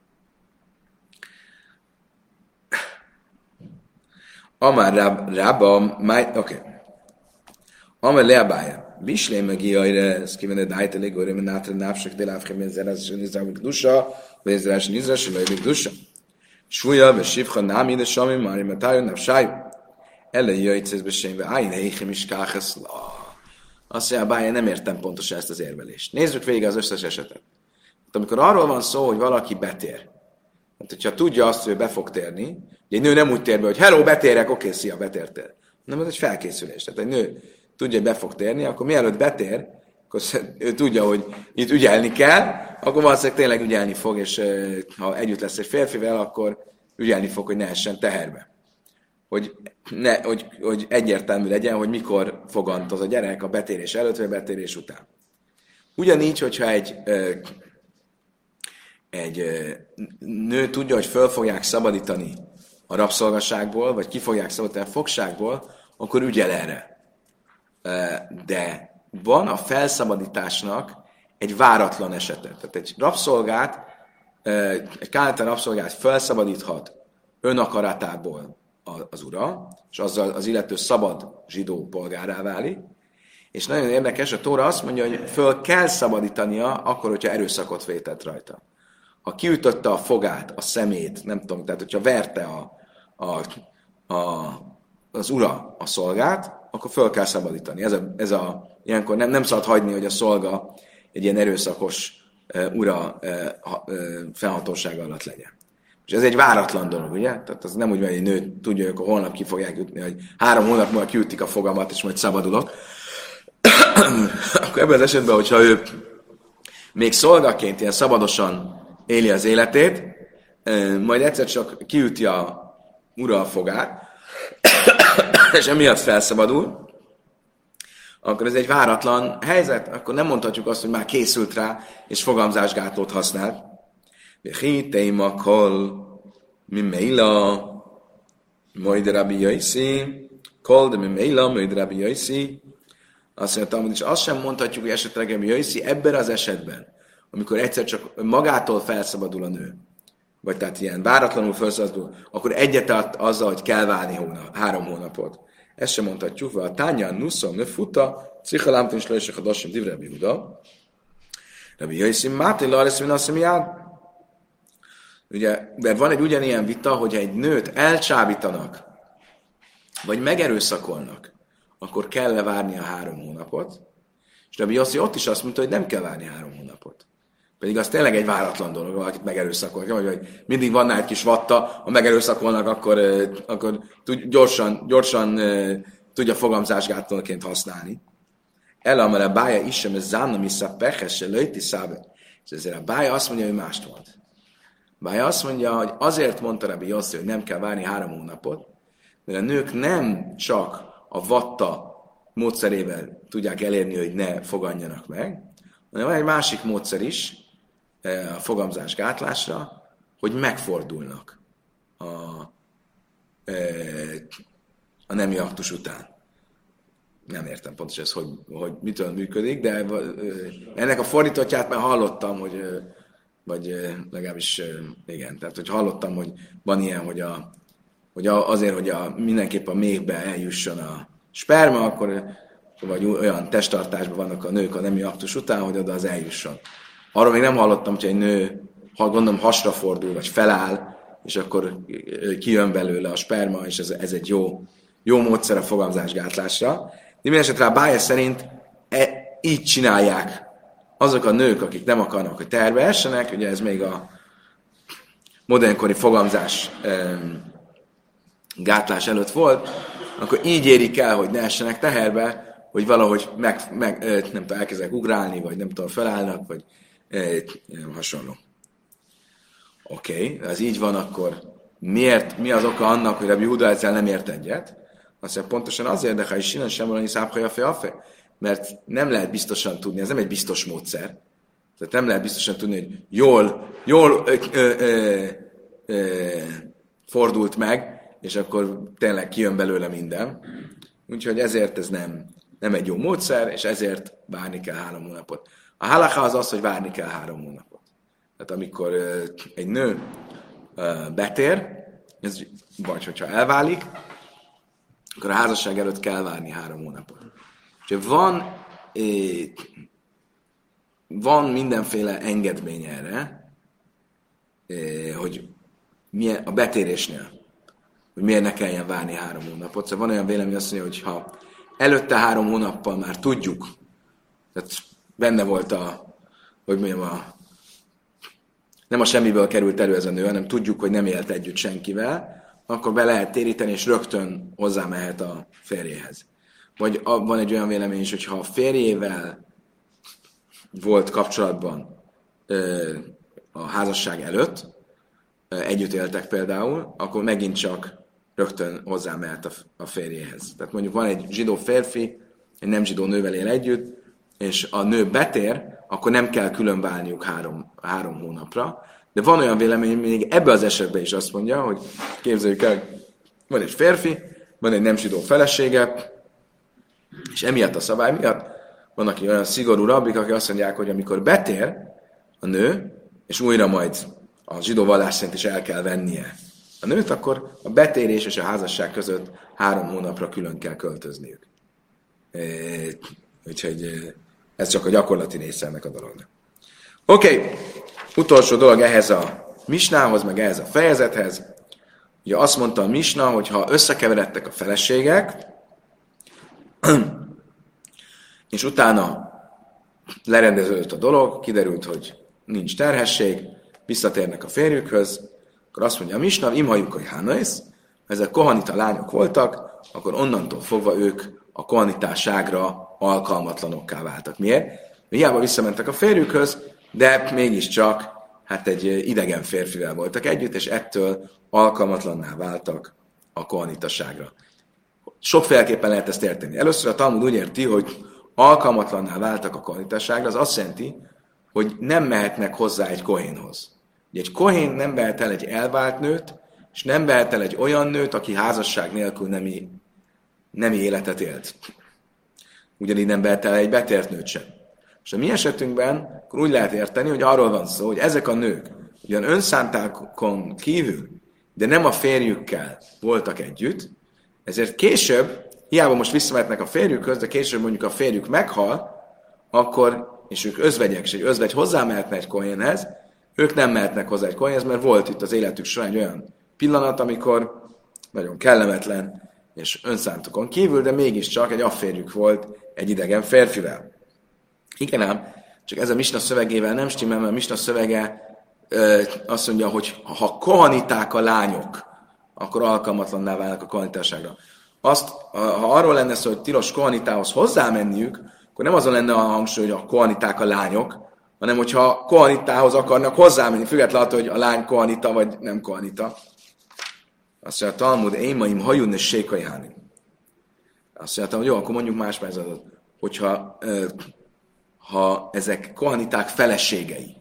Amár Rába, oké. Okay. Amár Leabája, Bislé meg Iajre, ez kívánne dájt elég, hogy nem nátra nápsak, de láfkem, hogy ez az Izrael dusa, vagy ez az Izrael, vagy ez dusa. Súlya, vagy sivcha, nám, ide sami, mári, metájon, napsáj. Ellen jöjjtszészbe sénve, ájn, héchem is káhesz, azt mondja, Bája, nem értem pontosan ezt az érvelést. Nézzük végig az összes esetet. Amikor arról van szó, hogy valaki betér, hát, hogyha tudja azt, hogy ő be fog térni, egy nő nem úgy tér be, hogy hello, betérek, oké, szia, betértél. Nem, ez egy felkészülés. Tehát egy nő tudja, hogy be fog térni, akkor mielőtt betér, akkor ő tudja, hogy itt ügyelni kell, akkor valószínűleg tényleg ügyelni fog, és ha együtt lesz egy férfivel, akkor ügyelni fog, hogy ne essen teherbe. Hogy, ne, hogy, hogy egyértelmű legyen, hogy mikor fogant az a gyerek, a betérés előtt, vagy a betérés után. Ugyanígy, hogyha egy, egy nő tudja, hogy föl fogják szabadítani a rabszolgaságból, vagy ki fogják szabadítani a fogságból, akkor ügyel erre. De van a felszabadításnak egy váratlan esete. Tehát egy rabszolgát, egy kánetlen rabszolgát felszabadíthat önakaratából az ura, és azzal az illető szabad zsidó polgárá válik. És nagyon érdekes, a Tóra azt mondja, hogy föl kell szabadítania, akkor, hogyha erőszakot vétett rajta. Ha kiütötte a fogát, a szemét, nem tudom, tehát hogyha verte a, a, a, az ura a szolgát, akkor föl kell szabadítani. Ez a, ez a, ilyenkor nem, nem szabad hagyni, hogy a szolga egy ilyen erőszakos uh, ura uh, uh, felhatósága alatt legyen. És ez egy váratlan dolog, ugye? Tehát az nem úgy van, hogy egy nő tudja, hogy akkor holnap ki fogják ütni, hogy három hónap múlva kiütik a fogamat, és majd szabadulok. Akkor ebben az esetben, hogyha ő még szolgaként ilyen szabadosan éli az életét, majd egyszer csak kiüti a ura a fogát, és emiatt felszabadul, akkor ez egy váratlan helyzet, akkor nem mondhatjuk azt, hogy már készült rá, és fogamzásgátlót használt. Vechiteima kol mimeila majd Rabbi Yossi, kol de mimeila majd Rabbi Yossi. Azt mondtam, és azt sem mondhatjuk, hogy esetleg Rabbi Yossi ebben az esetben, amikor egyszer csak magától felszabadul a nő, vagy tehát ilyen váratlanul felszabadul, akkor egyetart azzal, hogy kell várni hónap, három hónapot. Ezt sem mondhatjuk, mert a tányán nuszom ne futa, cichalámtin is lősek a dassam div Rabbi Huda. Rabbi Yossi máté láresz, mint azt mondja, ugye, mert van egy ugyanilyen vita, hogy egy nőt elcsábítanak, vagy megerőszakolnak, akkor kell levárni a három hónapot, és Rabbi Yossi ott is azt mondta, hogy nem kell várni három hónapot. Pedig az tényleg egy váratlan dolog, valakit megerőszakolnak, vagy hogy mindig van egy kis vatta, ha megerőszakolnak, akkor, akkor tud, gyorsan, gyorsan tudja fogamzásgátlóként használni. Elamar a bája is sem, ez zánna vissza peches, se löjti szábe. És ezért a bája azt mondja, hogy mást mond. Bája azt mondja, hogy azért mondta Rabbi Yossi, hogy nem kell várni három hónapot, mert a nők nem csak a vatta módszerével tudják elérni, hogy ne fogadjanak meg, hanem van egy másik módszer is a fogamzás gátlásra, hogy megfordulnak a, a nemi aktus után. Nem értem pontosan ez, hogy, hogy mitől működik, de ennek a fordítottját már hallottam, hogy vagy legalábbis igen, tehát hogy hallottam, hogy van ilyen, hogy, a, hogy azért, hogy a, mindenképp a méhbe eljusson a sperma, akkor vagy olyan testtartásban vannak a nők a nemi aktus után, hogy oda az eljusson. Arról még nem hallottam, hogy egy nő, ha gondolom hasra fordul, vagy feláll, és akkor kijön belőle a sperma, és ez, ez egy jó, jó módszer a fogamzásgátlásra. De minden esetre a Bája szerint e, így csinálják azok a nők, akik nem akarnak, hogy teherbe essenek, ugye ez még a modernkori fogamzás e, gátlás előtt volt, akkor így érik el, hogy ne essenek teherbe, hogy valahogy meg, meg, nem tudom, elkezdenek ugrálni, vagy nem tudom, felállnak, vagy e, hasonló. Oké, okay, ez így van, akkor miért, mi az oka annak, hogy Rabbi Yehuda ezzel nem ért egyet? Azt mondja, pontosan azért, de ha is sinan sem valami száphaja fe, mert nem lehet biztosan tudni, ez nem egy biztos módszer. Tehát nem lehet biztosan tudni, hogy jól, jól ö, ö, ö, ö, fordult meg, és akkor tényleg kijön belőle minden. Úgyhogy ezért ez nem, nem egy jó módszer, és ezért várni kell három hónapot. A halacha az az, hogy várni kell három hónapot. Tehát amikor ö, egy nő ö, betér, ez, vagy hogyha elválik, akkor a házasság előtt kell várni három hónapot. Úgyhogy van, é, van mindenféle engedmény erre, é, hogy milyen, a betérésnél, hogy miért ne kelljen várni három hónapot. Szóval van olyan vélemény, azt mondja, hogy ha előtte három hónappal már tudjuk, tehát benne volt a, hogy mondjam, a, nem a semmiből került elő ez a nő, hanem tudjuk, hogy nem élt együtt senkivel, akkor be lehet téríteni, és rögtön hozzámehet a férjéhez. Vagy van egy olyan vélemény is, hogy ha a férjével volt kapcsolatban ö, a házasság előtt, ö, együtt éltek például, akkor megint csak rögtön hozzámehet a, a férjéhez. Tehát mondjuk van egy zsidó férfi, egy nem zsidó nővel él együtt, és a nő betér, akkor nem kell különválniuk három, három hónapra. De van olyan vélemény, még ebbe az esetben is azt mondja, hogy képzeljük el, van egy férfi, van egy nem zsidó felesége, és emiatt a szabály miatt vannak olyan szigorú rabbik, akik azt mondják, hogy amikor betér a nő, és újra majd a zsidó vallás szerint is el kell vennie a nőt, akkor a betérés és a házasság között három hónapra külön kell költözniük. E, úgyhogy ez csak a gyakorlati része ennek a dolognak. Oké, okay. Utolsó dolog ehhez a misnához, meg ehhez a fejezethez. Ugye azt mondta a misna, hogy ha összekeveredtek a feleségek, és utána lerendeződött a dolog, kiderült, hogy nincs terhesség, visszatérnek a férjükhöz, akkor azt mondja a misna, imhajuk, hogy hánaisz, ha ezek kohanita lányok voltak, akkor onnantól fogva ők a kohanitásságra alkalmatlanokká váltak. Miért? Hiába visszamentek a férjükhöz, de mégiscsak hát egy idegen férfivel voltak együtt, és ettől alkalmatlanná váltak a kohanitaságra. Sokféleképpen lehet ezt érteni. Először a Talmud úgy érti, hogy alkalmatlanná váltak a kohanitaságra, az azt jelenti, hogy nem mehetnek hozzá egy kohénhoz. Ugye egy kohén nem vehet el egy elvált nőt, és nem vehet el egy olyan nőt, aki házasság nélkül nemi, nemi életet élt. Ugyanígy nem vehet el egy betért nőt sem. És a mi esetünkben akkor úgy lehet érteni, hogy arról van szó, hogy ezek a nők ugyan önszántákon kívül, de nem a férjükkel voltak együtt, ezért később, hiába most visszamehetnek a férjükhöz, de később mondjuk a férjük meghal, akkor, és ők özvegyek, és egy özvegy hozzámehetne egy kohénhez, ők nem mehetnek hozzá egy kohénhez, mert volt itt az életük során egy olyan pillanat, amikor nagyon kellemetlen és önszántukon kívül, de mégiscsak egy afférjük volt egy idegen férfivel. Igen ám, csak ez a misna szövegével nem stimmel, mert a misna szövege ö, azt mondja, hogy ha kohaniták a lányok, akkor alkalmatlanná válnak a kohanitásságra. Azt, ha arról lenne szó, hogy tilos kohanitához hozzámenniük, akkor nem azon lenne a hangsúly, hogy a kohaniták a lányok, hanem hogyha kohanitához akarnak hozzámenni, függetlenül attól, hogy a lány kohanita vagy nem kohanita. Azt mondja a Talmud, émaim hajun és sékajháni. Azt mondja, hogy jó, akkor mondjuk más mezőt, hogyha ö, ha ezek kohaniták feleségei.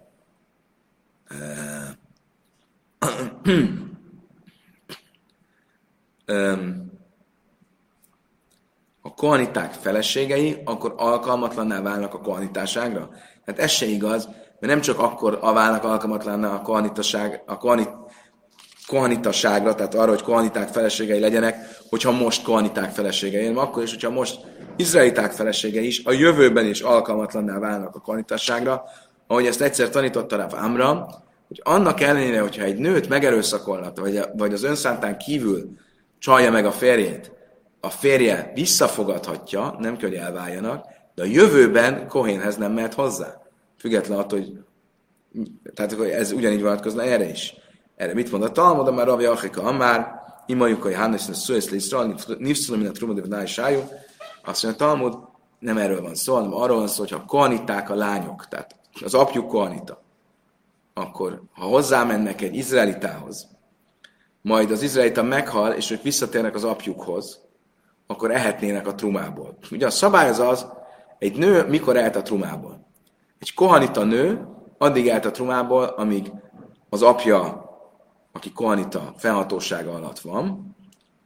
A kohaniták feleségei, akkor alkalmatlanná válnak a kohanitásságra? Hát ez se igaz, mert nem csak akkor válnak alkalmatlanná a kohanitaság, a kohanit, kohanitasságra, tehát arra, hogy kohaniták feleségei legyenek, hogyha most kohaniták feleségei, hanem akkor is, hogyha most izraeliták feleségei is a jövőben is alkalmatlanná válnak a kohanitasságra, ahogy ezt egyszer tanította Rav Amram, hogy annak ellenére, hogyha egy nőt megerőszakolnak, vagy, vagy az önszántán kívül csalja meg a férjét, a férje visszafogadhatja, nem kell, hogy elváljanak, de a jövőben kohénhez nem mehet hozzá. Független attól, hogy tehát ez ugyanígy vonatkozna erre is. Erre mit mond a Talmud, már Rav Jachika Amár, imajuk, hogy Hannes a Suez Lisztral, Nivszulom, mint a Trumadiv Sájú. Azt mondja, a Talmud nem erről van szó, hanem arról van szó, hogyha kohaniták a lányok, tehát az apjuk kohanita. akkor ha hozzámennek egy izraelitához, majd az izraelita meghal, és ők visszatérnek az apjukhoz, akkor ehetnének a trumából. Ugye a szabály az az, egy nő mikor ehet a trumából? Egy kohanita nő addig ehet a trumából, amíg az apja, aki kohanita felhatósága alatt van,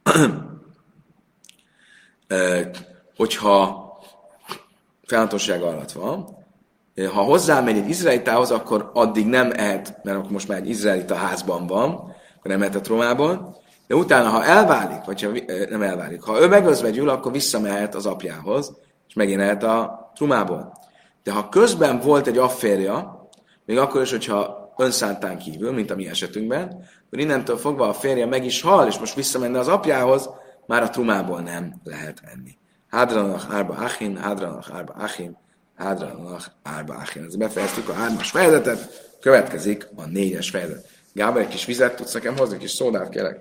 hogyha felhatósága alatt van, ha hozzámegy egy izraelitához, akkor addig nem ehet, mert akkor most már egy izraelita házban van, akkor nem ehet a trumából, de utána, ha elválik, vagy ha nem elválik, ha ő megözvegyül, akkor visszamehet az apjához, és megint ehet a trumából. De ha közben volt egy afférja, még akkor is, hogyha önszántán kívül, mint a mi esetünkben, akkor innentől fogva a férje meg is hal, és most visszamenne az apjához, már a trumából nem lehet enni. Hádranach árba achin, hádranach árba achin, hádranach árba achin. Ezzel befejeztük a hármas fejezetet, következik a négyes fejezet. Gábor, egy kis vizet tudsz nekem hozni, egy kis szódát kérlek.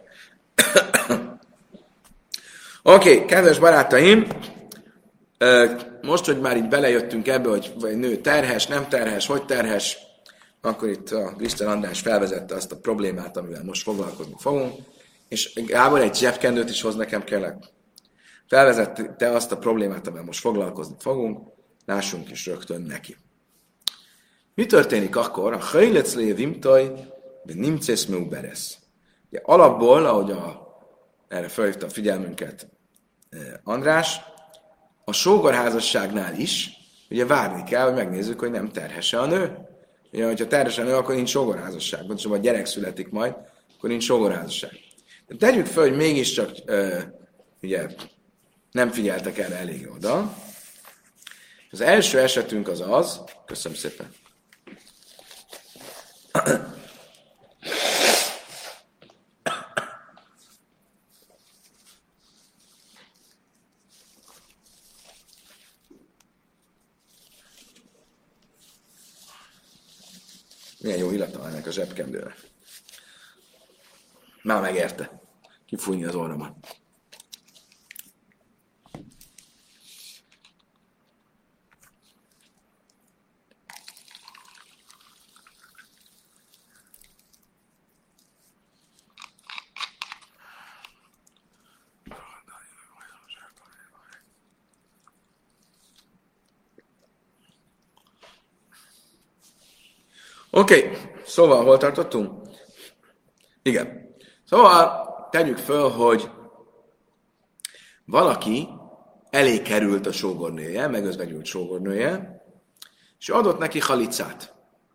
Oké, okay, kedves barátaim, most, hogy már így belejöttünk ebbe, hogy vagy nő terhes, nem terhes, hogy terhes, akkor itt a Krisztán András felvezette azt a problémát, amivel most foglalkozni fogunk, és Gábor, egy zsebkendőt is hoz nekem kérlek. Felvezette azt a problémát, amivel most foglalkozni fogunk, lássunk is rögtön neki. Mi történik akkor? A hajlec lévimtaj, de nimcész meuberesz. Ugye alapból, ahogy a, erre felhívta a figyelmünket András, a sógorházasságnál is ugye várni kell, hogy megnézzük, hogy nem terhes-e a nő. Ugye, hogyha terhes a nő, akkor nincs sógorházasság. Pontosan, ha gyerek születik majd, akkor nincs sógorházasság. De tegyük fel, hogy mégiscsak uh, ugye, nem figyeltek erre elég oda. Az első esetünk az az, köszönöm szépen, milyen jó illata van ennek a zsebkendőre. Már megérte kifújni az orromat. Oké, okay. Szóval hol tartottunk? Igen. Szóval tegyük föl, hogy valaki elé került a sógornője, megözvegyült sógornője, és adott neki halicát.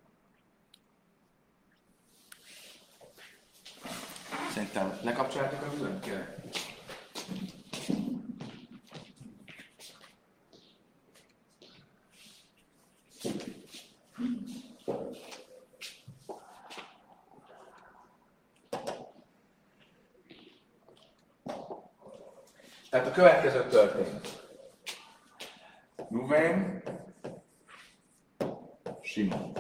Szerintem lekapcsoljátok a villanyt, kérlek? Tehát a következő történt. Ruvén, Simon.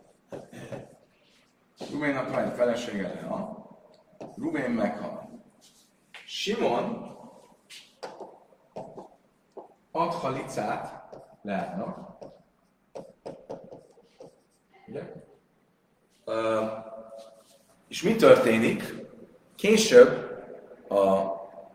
Ruvénnak van egy felesége, Lea. Ruvén meghal. Simon ad halicát Leának. Ugye? Uh, és mi történik? Később a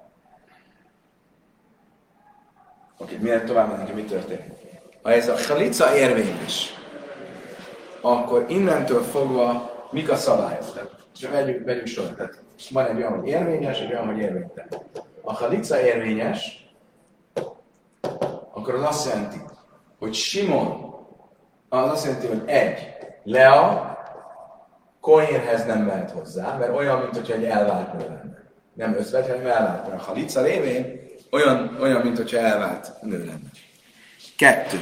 Oké, okay, miért tovább mennek, hogy mi történik? Ha ez a halica érvényes, akkor innentől fogva mik a szabályok? Csak vegyük, vegyük sorra. Tehát van egy olyan, hogy érvényes, egy olyan, hogy érvénytelen. Ha a halica érvényes, akkor az azt jelenti, hogy Simon, az azt jelenti, hogy egy, Lea Kohénhez nem mehet hozzá, mert olyan, mint hogyha egy elvált nő lenne. Nem összevegy, hanem elvált. A halica révén Olyan, olyan, mint hogyha elvált nő lenne. Kettő.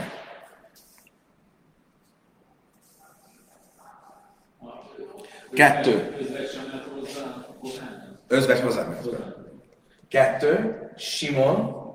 Kettő. Özvegy hozzá. Kettő. Simon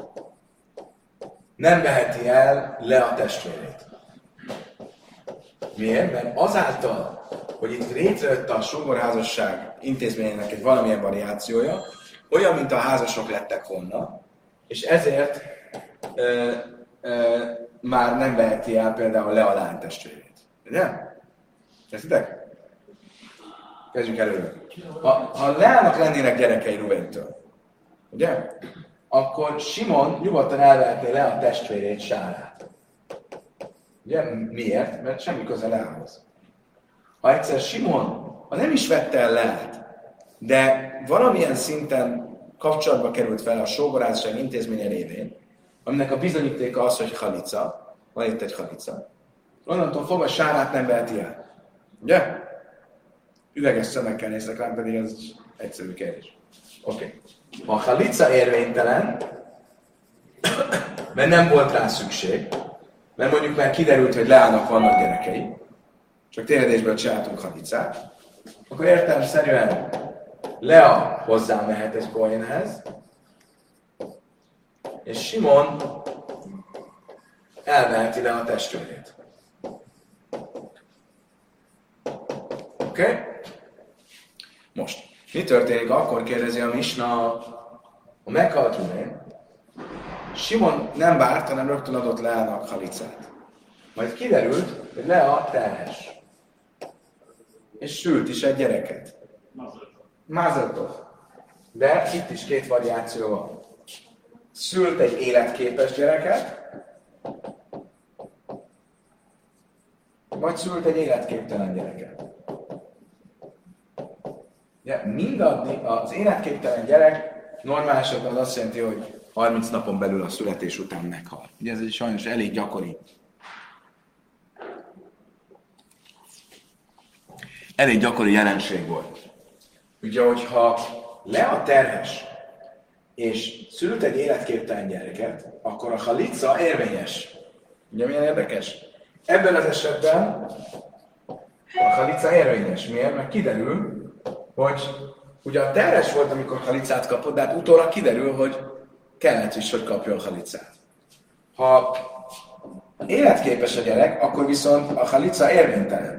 nem veheti el le a testvérét. Miért? Mert azáltal, hogy itt létrejött a sógorházasság intézményének egy valamilyen variációja, olyan, mint a házasok lettek volna, és ezért ö, ö, már nem veheti el például le a lánytestvérét. Ugye? Értitek? Kezdjük előre. Ha, ha Leának lennének gyerekei Ruventől, ugye? Akkor Simon nyugodtan elvehetné le a testvérét, Sárát. Ugye? Miért? Mert semmi köze Leához. Ha egyszer Simon, ha nem is vette el Leát, de valamilyen szinten kapcsolatba került fel a sógorázság intézménye révén, aminek a bizonyítéka az, hogy halica, van itt egy halica, onnantól fogva Sárát nem veheti el. Ugye? Üveges szemekkel néztek rám, pedig ez egyszerű kérdés. Oké. Okay. Ha a halica érvénytelen, mert nem volt rá szükség, mert mondjuk már kiderült, hogy Leának vannak gyerekei, csak tévedésből csináltunk halicát, akkor értelemszerűen Lea hozzá mehet egy Kohénhez, és Simon elveheti le a testvérét. Oké? Okay? Most, mi történik? Akkor kérdezi a Misna, a meghalt Ruvén, Simon nem várt, hanem rögtön adott Leának halicát. Majd kiderült, hogy Lea terhes. És sült is egy gyereket. Mazeltov. De itt is két variáció van. Szült egy életképes gyereket, vagy szült egy életképtelen gyereket. Ja, mindaddig az életképtelen gyerek normál esetben az azt jelenti, hogy harminc napon belül a születés után meghal. Ugye ez egy sajnos elég gyakori. Elég gyakori jelenség volt. Ugye, hogyha Lea terhes, és szült egy életképtelen gyereket, akkor a halica érvényes. Ugye milyen érdekes? Ebben az esetben a halica érvényes. Miért? Mert kiderül, hogy ugye a terhes volt, amikor halicát kapott, de hát utólag kiderül, hogy kellett is, hogy kapjon halicát. Ha életképes a gyerek, akkor viszont a halica érvénytelen.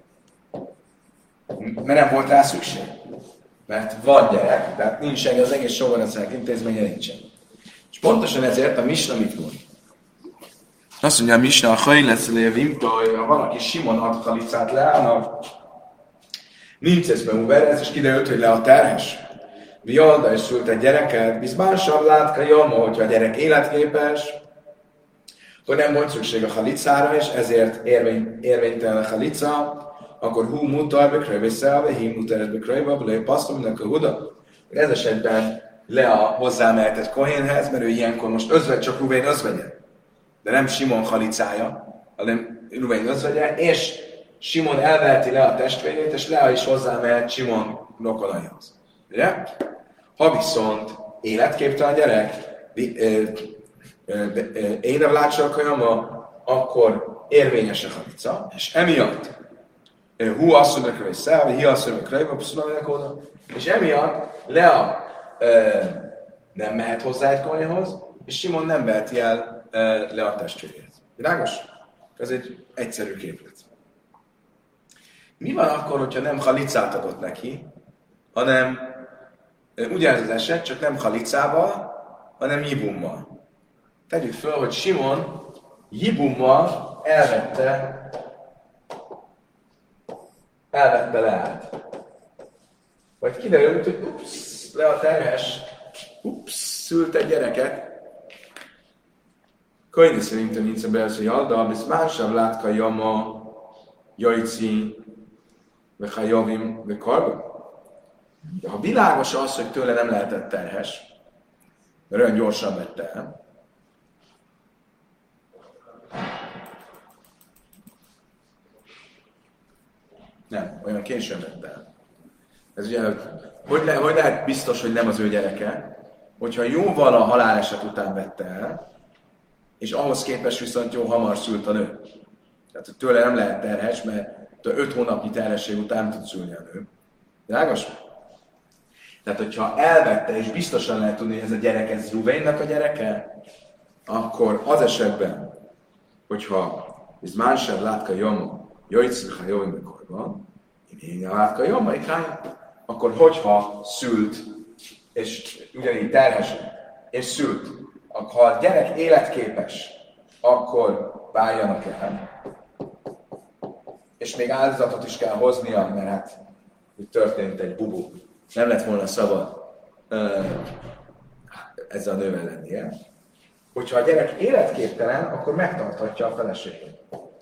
Mert nem volt rá szükség. Mert van gyerek, tehát nincs az egész sógorázság intézménye nincsen. És pontosan ezért a Misna mit mond? Azt mondja a Misna, a hajn lesz lévimtől, ha valaki Simon ad halicát Leának, nincs eszbe uberez, és kiderült, hogy le a terhes. Violda és szült egy gyereket, bizmásabb látka jama, hogyha a gyerek életképes, akkor nem volt szükség a halicára, és ezért érvény, érvénytelen a halica, akkor hú mutar bekröjve szelve, hí mutar bekröjve, belőle pasztom, mindenek a huda. Ez esetben Lea hozzámehet egy Kohénhez, mert ő ilyenkor most özvegy, csak Ruvén özvegye. De nem Simon halicája, hanem Ruvén özvegye, és Simon elveheti le a testvérét, és Lea is hozzámehet Simon rokonaihoz. Ugye? Ha viszont életképtelen gyerek, én a látsalkajama, akkor érvényes a halica, és emiatt hú asszonynak rövid szelvi, hi asszonynak rövid, puszulaminek oda, és emiatt Lea nem mehet hozzá egy Kohénhoz, és Simon nem veheti el le a testvérét. Világos? Ez egy egyszerű képlet. Mi van akkor, hogyha nem halicát adott neki, hanem ugyanez az eset, csak nem halicával, hanem jibummal. Tegyük föl, hogy Simon jibummal elvette elvette Leát. Vagy kiderült, hogy ups, le a terhes, ups, szült egy gyereket. Könyvi szerintem nincs a belszó jalda, visz másabb látka jama, jajci, vagy hajavim, vagy karba. Ha világos az, hogy tőle nem lehetett terhes, mert olyan gyorsan vette el, nem, olyan későn vette el. Ez ugye, hogy, le, hogy lehet biztos, hogy nem az ő gyereke, hogyha jóval a haláleset után vette el, és ahhoz képest viszont jó hamar szült a nő. Tehát tőle nem lehet terhes, mert öt hónapnyi terhesség után tud szülni a nő. Világos? Tehát, hogyha elvette, és biztosan lehet tudni, hogy ez a gyerek, ez Ruvénnak a gyereke, akkor az esetben, hogyha ez másod látka jama, jöjjtszük, ha jól van, én a látka jama, akkor hogyha szült, és ugyanígy terhes, és szült, ha a gyerek életképes, akkor váljanak el. és még áldozatot is kell hoznia, mert hát itt történt egy bubu. Nem lett volna szabad uh, ezzel a nővel lennie. Hogyha a gyerek életképtelen, akkor megtarthatja a feleségét.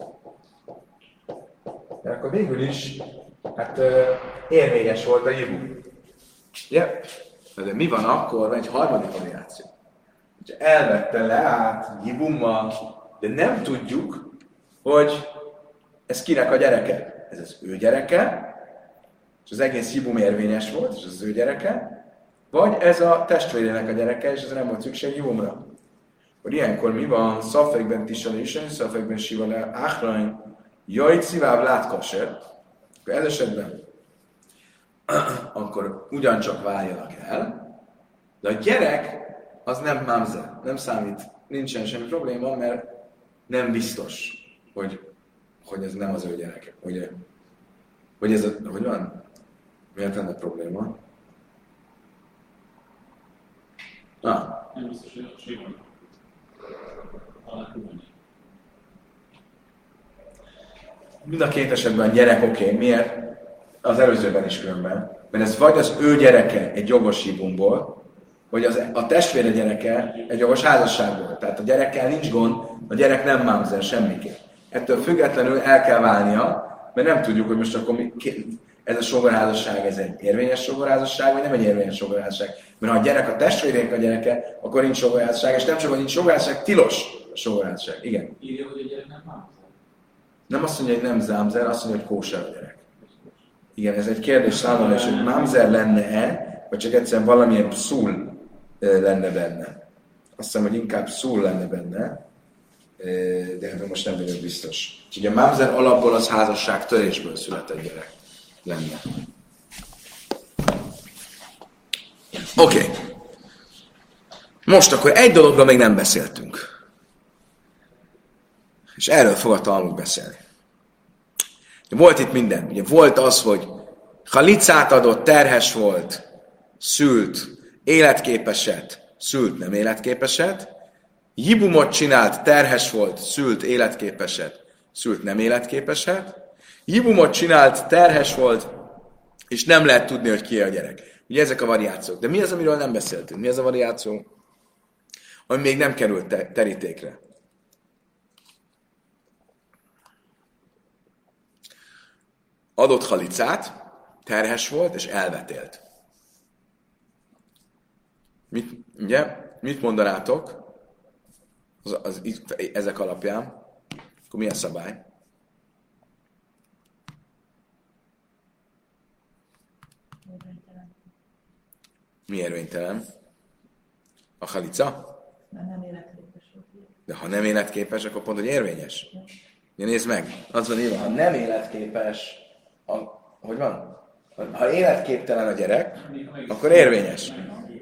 De akkor végül is hát, uh, érvényes volt a jibu. Ugye? De mi van akkor? Van egy harmadik variáció. Hogyha elvette Leát jibummal, de nem tudjuk, hogy ez kinek a gyereke. Ez az ő gyereke, és az egész jibum érvényes volt, és ez az ő gyereke, vagy ez a testvérének a gyereke, és ez nem volt szükség jibumra. Akkor ilyenkor mi van? Szafekben tisalésen, szafekben sivale, áhrain, jaj, szivább látkaser. Akkor ez esetben akkor ugyancsak váljanak el, de a gyerek az nem mamzer, nem számít, nincsen semmi probléma, mert nem biztos, hogy, hogy ez nem az ő gyereke. Ugye? Hogy ez, a, hogy van? Miért lenne probléma? Ah. Nem biztos, hogy a simon. Mind a két esetben a gyerek oké. Okay. Miért? Az előzőben is különben. Mert ez vagy az ő gyereke egy jogos hívumból, vagy az, a testvére gyereke egy jogos házasságból. Tehát a gyerekkel nincs gond, a gyerek nem mamzer semmiképp. Ettől függetlenül el kell válnia, mert nem tudjuk, hogy most akkor mi, ez a sógorházasság, ez egy érvényes sógorházasság, vagy nem egy érvényes sógorházasság. Mert ha a gyerek a testvérének a gyereke, akkor nincs sógorházasság, és nem csak, hogy nincs sógorházasság, tilos a sógorházasság. Igen. Írja, hogy a gyerek nem mamzer. Nem azt mondja, hogy nem zámzer, azt mondja, hogy kóser a gyerek. Igen, ez egy kérdés számomra, és hogy mamzer lenne-e, vagy csak egyszerűen valamilyen pszul lenne benne. Azt hiszem, hogy inkább pszul lenne benne, de most nem vagyok biztos. Úgyhogy a mamzer alapból az házasság törésből született gyerek lenne. Oké. Okay. Most akkor egy dologról még nem beszéltünk. És erről fog a Talmud beszélni. Volt itt minden. Ugye volt az, hogy halicát adott, terhes volt, szült, életképeset, szült, nem életképeset. Jibumot csinált, terhes volt, szült, életképeset, szült, nem életképeset. Jibumot csinált, terhes volt, és nem lehet tudni, hogy ki a gyerek. Ugye ezek a variációk. De mi az, amiről nem beszéltünk? Mi az a variáció, ami még nem került te- terítékre? Adott halicát, terhes volt, és elvetélt. Mit, ugye? Mit mondanátok az, az, ezek alapján? Akkor mi a szabály? Mi érvénytelen? A halica? Mert nem életképes volt. De ha nem életképes, akkor pont, hogy érvényes. Ja, nézd meg, az van írva, ha nem életképes, a, hogy van? Ha életképtelen a gyerek, akkor érvényes.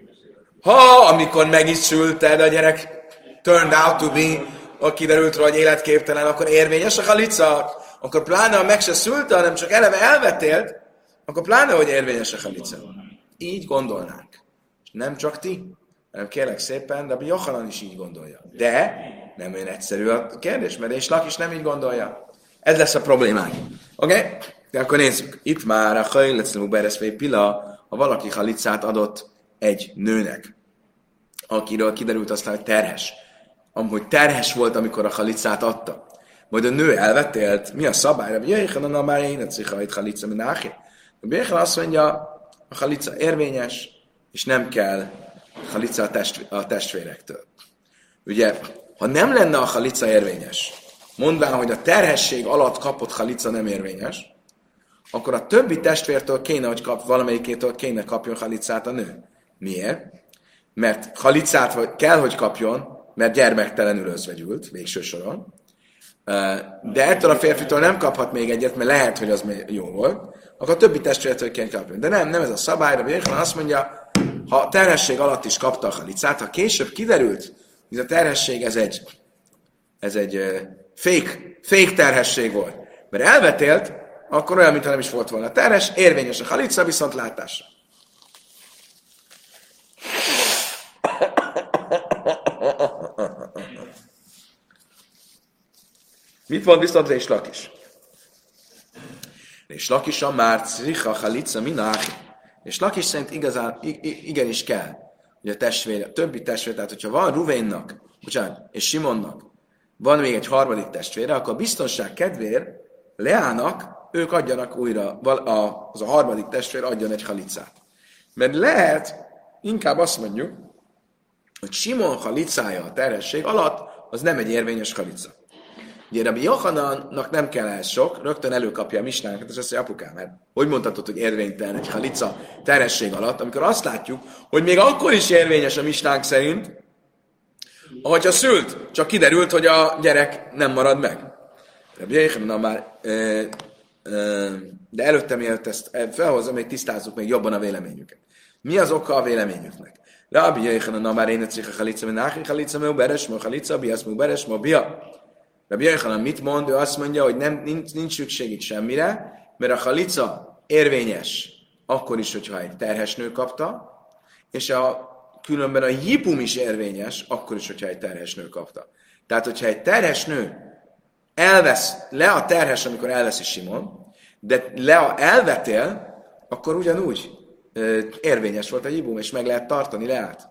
Ha amikor meg is szülted, a gyerek turned out to be, akkor kiderült róla, hogy életképtelen, akkor érvényes a halica. Akkor pláne, ha meg se szülte, hanem csak eleve elvetélt, akkor pláne, hogy érvényes a halica. Így gondolnánk. Nem csak ti, hanem kérlek szépen, de Jochanan is így gondolja. De nem olyan egyszerű a kérdés, mert és Lak is nem így gondolja. Ez lesz a problémánk. Oké? Okay? De akkor nézzük. Itt már a hajlecnemú bereszvé pila, ha valaki halicát adott egy nőnek, akiről kiderült aztán, hogy terhes. Amúgy terhes volt, amikor a halicát adta. Majd a nő elvetélt, mi a szabályra? Jöjjön a már én a halica, mint áhé. A azt mondja, a halica érvényes, és nem kell halica a, testv- a testvérektől. Ugye, ha nem lenne a halica érvényes, mondván, hogy a terhesség alatt kapott halica nem érvényes, akkor a többi testvértől kéne, hogy kap, valamelyikétől kéne kapjon halicát a nő. Miért? Mert halicát kell, hogy kapjon, mert gyermektelenül özvegyült, végső soron. De ettől a férfitől nem kaphat még egyet, mert lehet, hogy az jó volt, akkor a többi testvértől kéne kapjon. De nem, nem ez a szabályra, vagy azt mondja, ha a terhesség alatt is kapta a halicát, ha később kiderült, hogy a terhesség ez egy, ez egy uh, fake, fake terhesség volt, mert elvetélt, akkor olyan, mintha nem is volt volna terhes, érvényes a halica, viszont látásra. Mit mond viszont Rés Lak is? És Lakisan már Cricha Halica Minach, és Lakis szerint igazán, igenis kell, hogy a testvére, a többi testvér, tehát hogyha van Ruvénnak, bocsánat, és Simonnak, van még egy harmadik testvére, akkor a biztonság kedvéért Leának ők adjanak újra, az a harmadik testvér adjon egy halicát. Mert lehet, inkább azt mondjuk, hogy Simon halicája a terhesség alatt, az nem egy érvényes halica. Ugye Rabbi Jochanannak nem kell ehhez sok, rögtön előkapja a misnánkat, és azt mondja, apukám, mert hogy mondhatod, hogy érvénytelen egy halica terhesség alatt, amikor azt látjuk, hogy még akkor is érvényes a misnánk szerint, ahogyha szült, csak kiderült, hogy a gyerek nem marad meg. Rabbi Yochanan már, de előtte, mielőtt ezt felhozom, még tisztázzuk még jobban a véleményüket. Mi az oka a véleményüknek? Rabbi Yochanan már én a halica, mint Náchi halica, meu beres, meu halica, biasz, meu beres, meu bia. Rabbi Yochanan mit mond? Ő azt mondja, hogy nem, nincs, nincs szükség itt semmire, mert a halica érvényes akkor is, hogyha egy terhes nő kapta, és a, különben a jipum is érvényes akkor is, hogyha egy terhes nő kapta. Tehát, hogyha egy terhes nő elvesz, le a terhes, amikor elveszi Simon, de le a elvetél, akkor ugyanúgy ö, érvényes volt a jipum, és meg lehet tartani leát.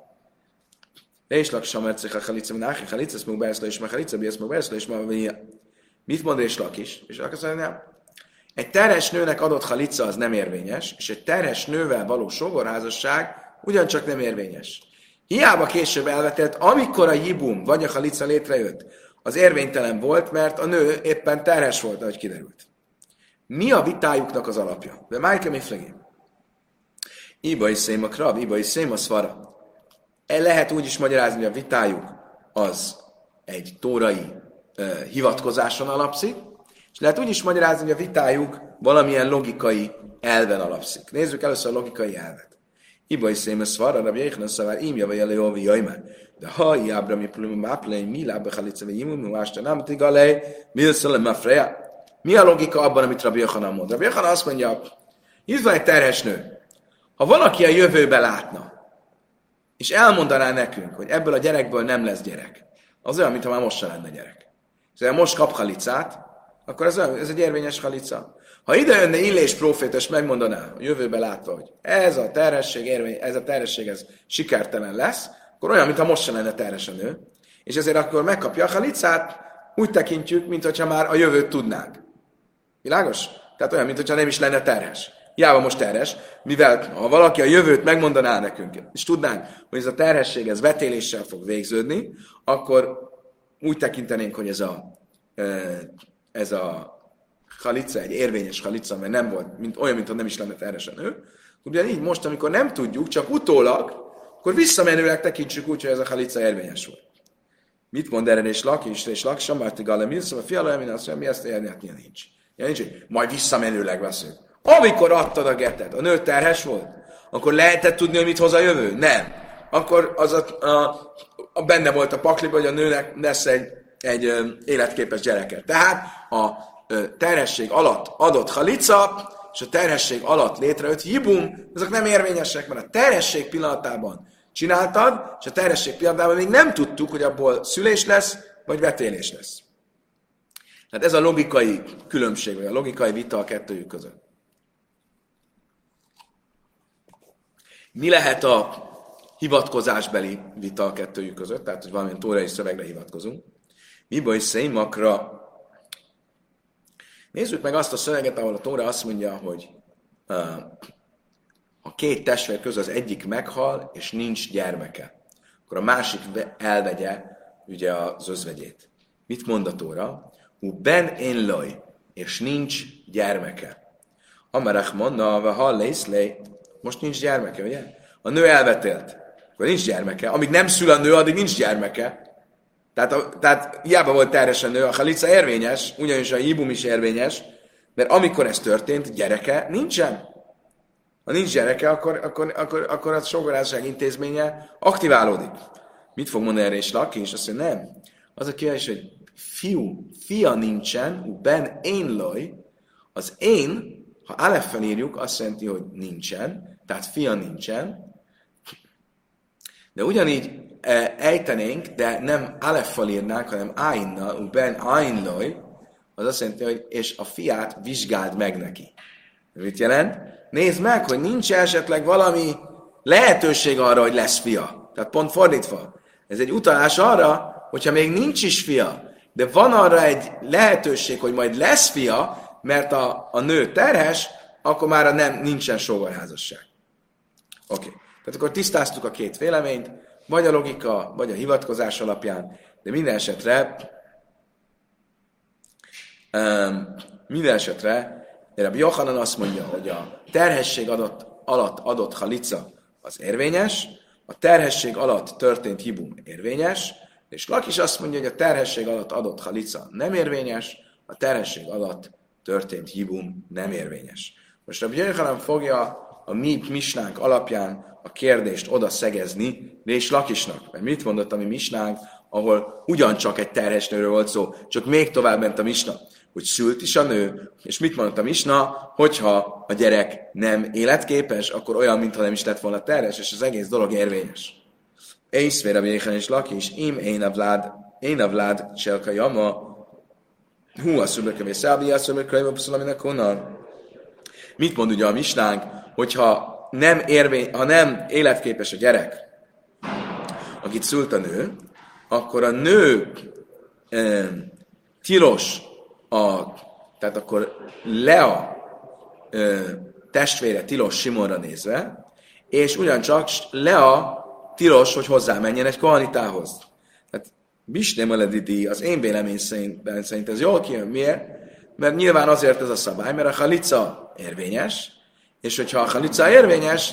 És Lakisan már Cricha Halica Minach, halica, ezt meg bereszle, és meg halica, ezt meg bereszle, és meg mit mond és Lakis? És Lakis mondja, egy terhes nőnek adott halica az nem érvényes, és egy terhes nővel való sógorházasság ugyancsak nem érvényes. Hiába később elvetett, amikor a jibum vagy a halica létrejött, az érvénytelen volt, mert a nő éppen terhes volt, ahogy kiderült. Mi a vitájuknak az alapja? De Májke Miflegi. Iba is szém a krav, iba is szém a szvara. El lehet úgy is magyarázni, hogy a vitájuk az egy tórai uh, hivatkozáson alapszik, és lehet úgy is magyarázni, hogy a vitájuk valamilyen logikai elven alapszik. Nézzük először a logikai elvet. Iba is szém a szvara, Rabbi Yochanan szavár, imja vagy elő, jajme. De ha iábra mi plumim máplei, mi lábbe halice, vagy imum, mi másta nem tigalej, mi szölem mafreja. Mi a logika abban, amit Rabbi Yochanan mond? Rabbi Yochanan azt mondja, itt van egy terhes nő. Ha valaki a jövőbe látna, és elmondaná nekünk, hogy ebből a gyerekből nem lesz gyerek, az olyan, mintha már most se lenne gyerek. És most kap halicát, akkor ez, olyan, ez egy érvényes halica. Ha ide jönne Illés próféta, és megmondaná, a jövőbe látva, hogy ez a terhesség, érvény, ez a terhesség ez sikertelen lesz, akkor olyan, mintha most se lenne terhes a nő, és ezért akkor megkapja a halicát, úgy tekintjük, mintha már a jövőt tudnánk. Világos? Tehát olyan, mintha nem is lenne terhes. Hiába most terhes, mivel ha valaki a jövőt megmondaná nekünk, és tudnánk, hogy ez a terhesség ez vetéléssel fog végződni, akkor úgy tekintenénk, hogy ez a, ez a halica, egy érvényes halica, mert nem volt mint, olyan, mintha nem is lenne terhes a nő. Ugyanígy most, amikor nem tudjuk, csak utólag, akkor visszamenőleg tekintsük úgy, hogy ez a halica érvényes volt. Mit mond erre és Lakis, és Lakis, Amártigale, mi szóval a fiala, mi azt mondja, mi ezt érni, hát nincs. Ilyen nincs, hogy majd visszamenőleg veszünk. Amikor adtad a getet, a nő terhes volt, akkor lehetett tudni, hogy mit hoz a jövő? Nem. Akkor az a, a, a benne volt a pakliba, hogy a nőnek lesz egy, egy ö, életképes gyereke. Tehát a ö, terhesség alatt adott halica, és a terhesség alatt létrejött jibum, ezek nem érvényesek, mert a terhesség pillanatában csináltad, és a terhesség pillanatában még nem tudtuk, hogy abból szülés lesz, vagy vetélés lesz. Tehát ez a logikai különbség, vagy a logikai vita a kettőjük között. Mi lehet a hivatkozásbeli vita a kettőjük között, tehát hogy valamilyen tórai szövegre hivatkozunk. Mi baj széimakra? Nézzük meg azt a szöveget, ahol a Tóra azt mondja, hogy uh, a két testvér közül az egyik meghal, és nincs gyermeke. Akkor a másik elvegye ugye az özvegyét. Mit mond a Tóra? U ben én loj, és nincs gyermeke. Amarach mondna, ha lészlej, most nincs gyermeke, ugye? A nő elvetélt, akkor nincs gyermeke. Amíg nem szül a nő, addig nincs gyermeke. Tehát, a, tehát hiába volt terhes a nő, a halica érvényes, ugyanis a jibum is érvényes, mert amikor ez történt, gyereke nincsen. Ha nincs gyereke, akkor, akkor, akkor, akkor a sógorházasság intézménye aktiválódik. Mit fog mondani erre és Laki? És azt mondja, nem. Az a kérdés, hogy fiú, fia nincsen, ben én loj, az én, ha aleffel írjuk, azt jelenti, hogy nincsen, tehát fia nincsen, de ugyanígy e, ejtenénk, de nem aleffel írnánk, hanem áinnal, ben áinloj, az azt jelenti, hogy és a fiát vizsgáld meg neki. Mit jelent? Nézd meg, hogy nincs esetleg valami lehetőség arra, hogy lesz fia. Tehát pont fordítva. Ez egy utalás arra, hogyha még nincs is fia, de van arra egy lehetőség, hogy majd lesz fia, mert a, a nő terhes, akkor már nem, nincsen sógorházasság. Oké. Okay. Tehát akkor tisztáztuk a két véleményt, vagy a logika, vagy a hivatkozás alapján, de minden esetre um, minden esetre Rabbi Yochanan azt mondja, hogy a terhesség adott, alatt adott halica az érvényes, a terhesség alatt történt hibum érvényes, és Lakis azt mondja, hogy a terhesség alatt adott halica nem érvényes, a terhesség alatt történt hibum nem érvényes. Most Rabbi Yochanan fogja a mi misnánk alapján a kérdést oda szegezni és Lakisnak. Mert mit mondott a mi misnánk, ahol ugyancsak egy terhes nőről volt szó, csak még tovább ment a misna, hogy szült is a nő, és mit mondott a misna, hogyha a gyerek nem életképes, akkor olyan, mintha nem is lett volna terhes, és az egész dolog érvényes. Észvér a véhen és Lakis, im én a vlád, én a vlád cselka jama, hú a szöbökövé szábbi, a szöbökövé puszolaminek honnan. Mit mond ugye a misnánk, hogyha nem, érvény, ha nem életképes a gyerek, akit szült a nő, akkor a nő e, tilos, a, tehát akkor Lea e, testvére tilos Simonra nézve, és ugyancsak Lea tilos, hogy hozzámenjen egy kohanitához. Tehát Bisnem Aledidi, az én vélemény szerint, szerint ez jól kijön. Miért? Mert nyilván azért ez a szabály, mert a halica érvényes, és hogyha a halica érvényes,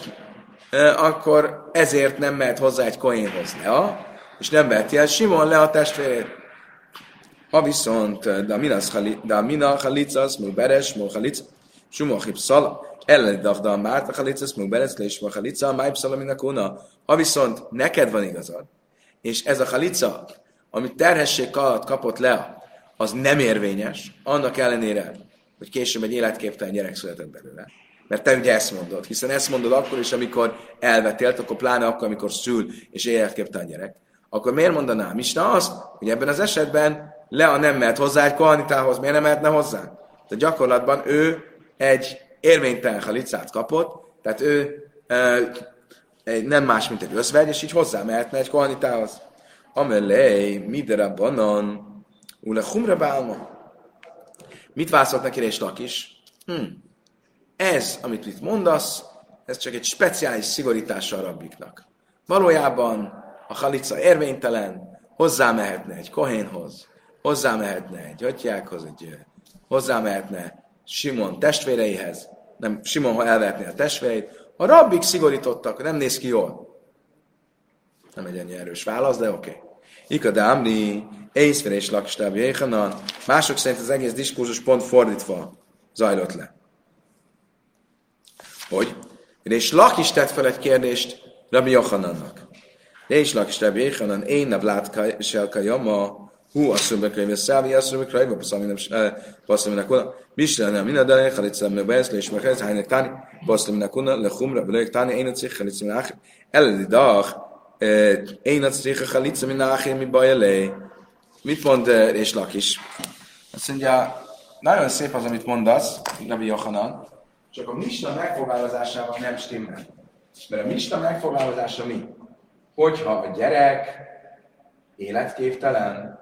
akkor ezért nem mehet hozzá egy kohénhoz Lea, és nem veheti el Simon Lea testvérét. Ha viszont, de a mina halica, az múl beres, múl halica, sumochib szala, ellen dafda márt, a halica, múl beres, és múl halica, májb szala, minak una. Ha viszont neked van igazad, és ez a halica, amit terhesség alatt kapott Lea, az nem érvényes, annak ellenére, hogy később egy életképtelen gyerek született belőle. Mert te ugye ezt mondod, hiszen ezt mondod akkor is, amikor elvetélt, akkor pláne akkor, amikor szül és életképtelen gyerek. Akkor miért mondaná a misna azt, hogy ebben az esetben Lea nem mehet hozzá egy kohanitához, miért nem mehetne hozzá? Tehát gyakorlatban ő egy érvénytelen halicát kapott, tehát ő e, nem más, mint egy özvegy, és így hozzá mehetne egy kohanitához. Amelé, midere banan, ule humra bálma. Mit válaszolt neki és Lakis? Hm. Ez, amit itt mondasz, ez csak egy speciális szigorítása a rabbiknak. Valójában a halica érvénytelen, hozzámehetne egy kohénhoz, hozzámehetne egy atyákhoz, egy, hozzámehetne Simon testvéreihez, nem, Simon, ha elvehetné a testvéreit. A rabbik szigorítottak, nem néz ki jól. Nem egy ennyi erős válasz, de oké. Okay. Ikada Amri, Észfer és Lakistáb Jéhanan. Mások szerint az egész diskurzus pont fordítva zajlott le. Hogy? És Lakis tett fel egy kérdést Rabbi Yochanannak. És Lakistáb Jéhanan, én a vlád selka jama, hú, azt mondja, hogy a szávi, azt mondja, hogy passzaminak una, Bislenem, minadalé, halitzem, nebeszle, és meghez, hánynek táni, passzaminak una, lechumra, belők táni, én a cich, halitzem, náhir, eledidach, én a cich, halitzem, náhir, mi baj elé. Mit mond és Lakis? Azt mondja, nagyon szép az, amit mondasz, Rabbi Yochanan, csak a misna megfogalmazásával nem stimmel. Mert a misna megfogalmazása mi? Hogyha a gyerek életképtelen,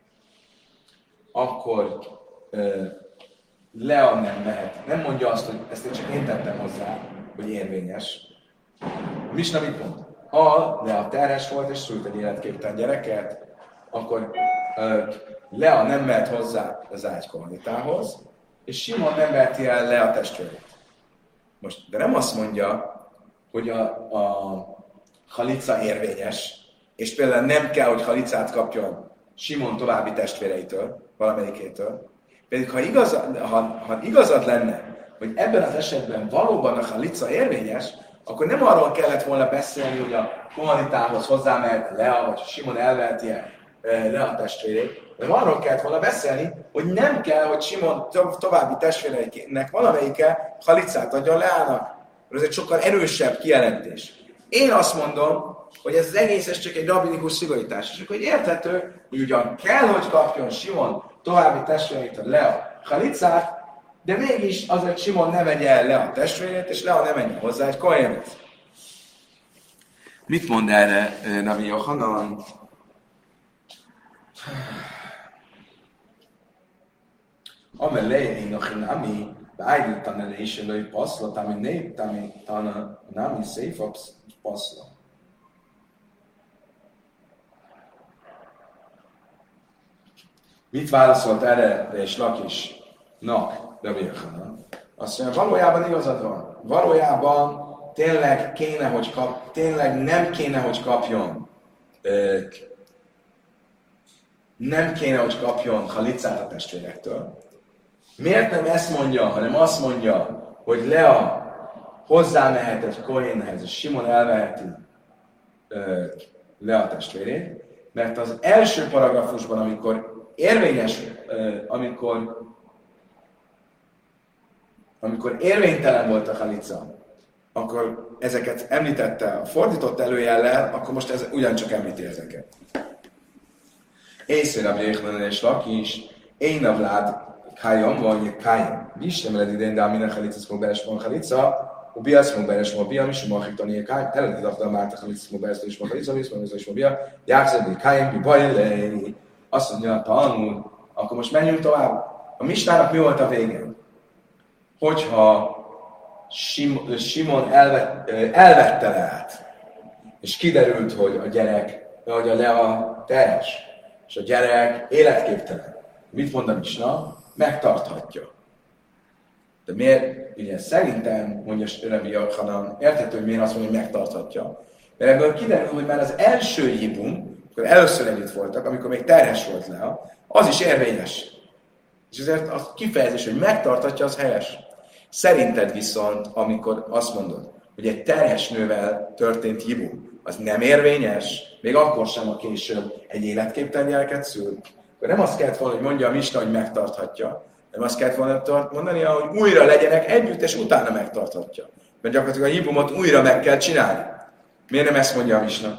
akkor uh, Lea nem mehet. Nem mondja azt, hogy ezt én csak én tettem hozzá, hogy érvényes. A misna mit mond? Ha Lea terhes volt és szült egy életképtelen gyereket, akkor uh, Lea nem mehet hozzá az ágykohanitához, és Simon nem veheti el Lea testvérét. Most, de nem azt mondja, hogy a, a halica érvényes, és például nem kell, hogy halicát kapjon Simon további testvéreitől, valamelyikétől. Pedig ha igazad, ha, ha igazad lenne, hogy ebben az esetben valóban a halica érvényes, akkor nem arról kellett volna beszélni, hogy a kohanitához hozzámehet Lea, vagy Simon elveheti el Lea testvérét, hanem arról kellett volna beszélni, hogy nem kell, hogy Simon to- további testvéreinek valamelyike halicát adjon Leának. Ez egy sokkal erősebb kijelentés. Én azt mondom, hogy ez az egész ez csak egy rabbinikus szigorítás. És akkor érthető, hogy ugyan kell, hogy kapjon Simon további testvéreitől Lea halicát, de mégis az, hogy Simon ne vegye el le a testvérét, és le ne menjen hozzá egy kohénhez. Mit mond erre Rabbi Yochanan? Amelé, én a nami, beállítani le is, hogy passzlat, ami nép, ami nami széfabb passzlat. Mit válaszolt erre és Lakisnak Rabbi Yochanan? Azt mondja, valójában igazad van. Valójában tényleg kéne, hogy kap, tényleg nem kéne, hogy kapjon ö, nem kéne, hogy kapjon halicát a testvérektől. Miért nem ezt mondja, hanem azt mondja, hogy Lea hozzámehet egy Kohénhez, és Simon elveheti ö, Lea testvérét, mert az első paragrafusban, amikor érvényes, ö, amikor amikor érvénytelen volt a halica, akkor ezeket említette a fordított előjellel, akkor most ez ugyancsak említi ezeket. Észre Rabbi Yochanan és Lakis, én a vlád kájam, vagy kájam. Vistem eled idén, de aminen halica szmog beresmol halica, u bia szmog beresmol bia, mi sem ahítani kájam, teled idafda márta halica szmog beresmol halica, mi szmog beresmol bia, jákszedni kájam, mi bajlej. Azt mondja a Talmud, akkor most menjünk tovább. A mistának mi volt a vége? Hogyha Sim, Simon elvett, elvette Leát, és kiderült, hogy a gyerek, hogy a Lea terhes, és a gyerek életképtelen. Mit mond a misna? Megtarthatja. De miért? Ugye szerintem, mondja Rabbi Yochanan, érthető, hogy miért azt mondja, hogy megtarthatja. Mert ebből kiderül, hogy már az első hibum, amikor először együtt voltak, amikor még terhes volt Lea, az is érvényes. És ezért a kifejezés, hogy megtarthatja, az helyes. Szerinted viszont, amikor azt mondod, hogy egy terhes nővel történt hibu, az nem érvényes, még akkor sem, a később egy életképtelen gyereket szül, akkor nem azt kellett volna, hogy mondja a misna, hogy megtarthatja, nem azt kellett volna mondani, hogy újra legyenek együtt, és utána megtarthatja. Mert gyakorlatilag a hibumot újra meg kell csinálni. Miért nem ezt mondja a misna?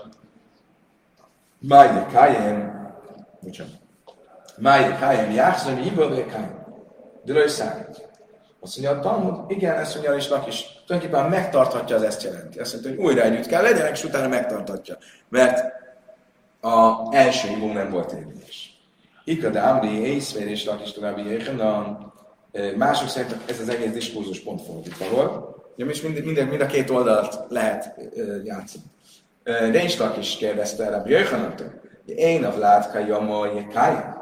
Májjé kájén, bocsánat. Májjé kájén, játszom, hogy hibul kájén. De ő számít. Azt mondja a Talmud, igen, ezt mondja is Lakis, tulajdonképpen megtarthatja, az ezt jelenti. Azt mondja, hogy újra együtt kell legyenek, és utána megtarthatja. Mert az első hibum nem volt érvényes. Ikad Ámri, észvér és Lakis további Jéhenan, mások szerint ez az egész diskurzus pont fordítva volt. Ugye most mind, mind, mind a két oldalt lehet játszani. De is Lakis kérdezte Rabbi Jéhenantól, én a vládka jamaj káján.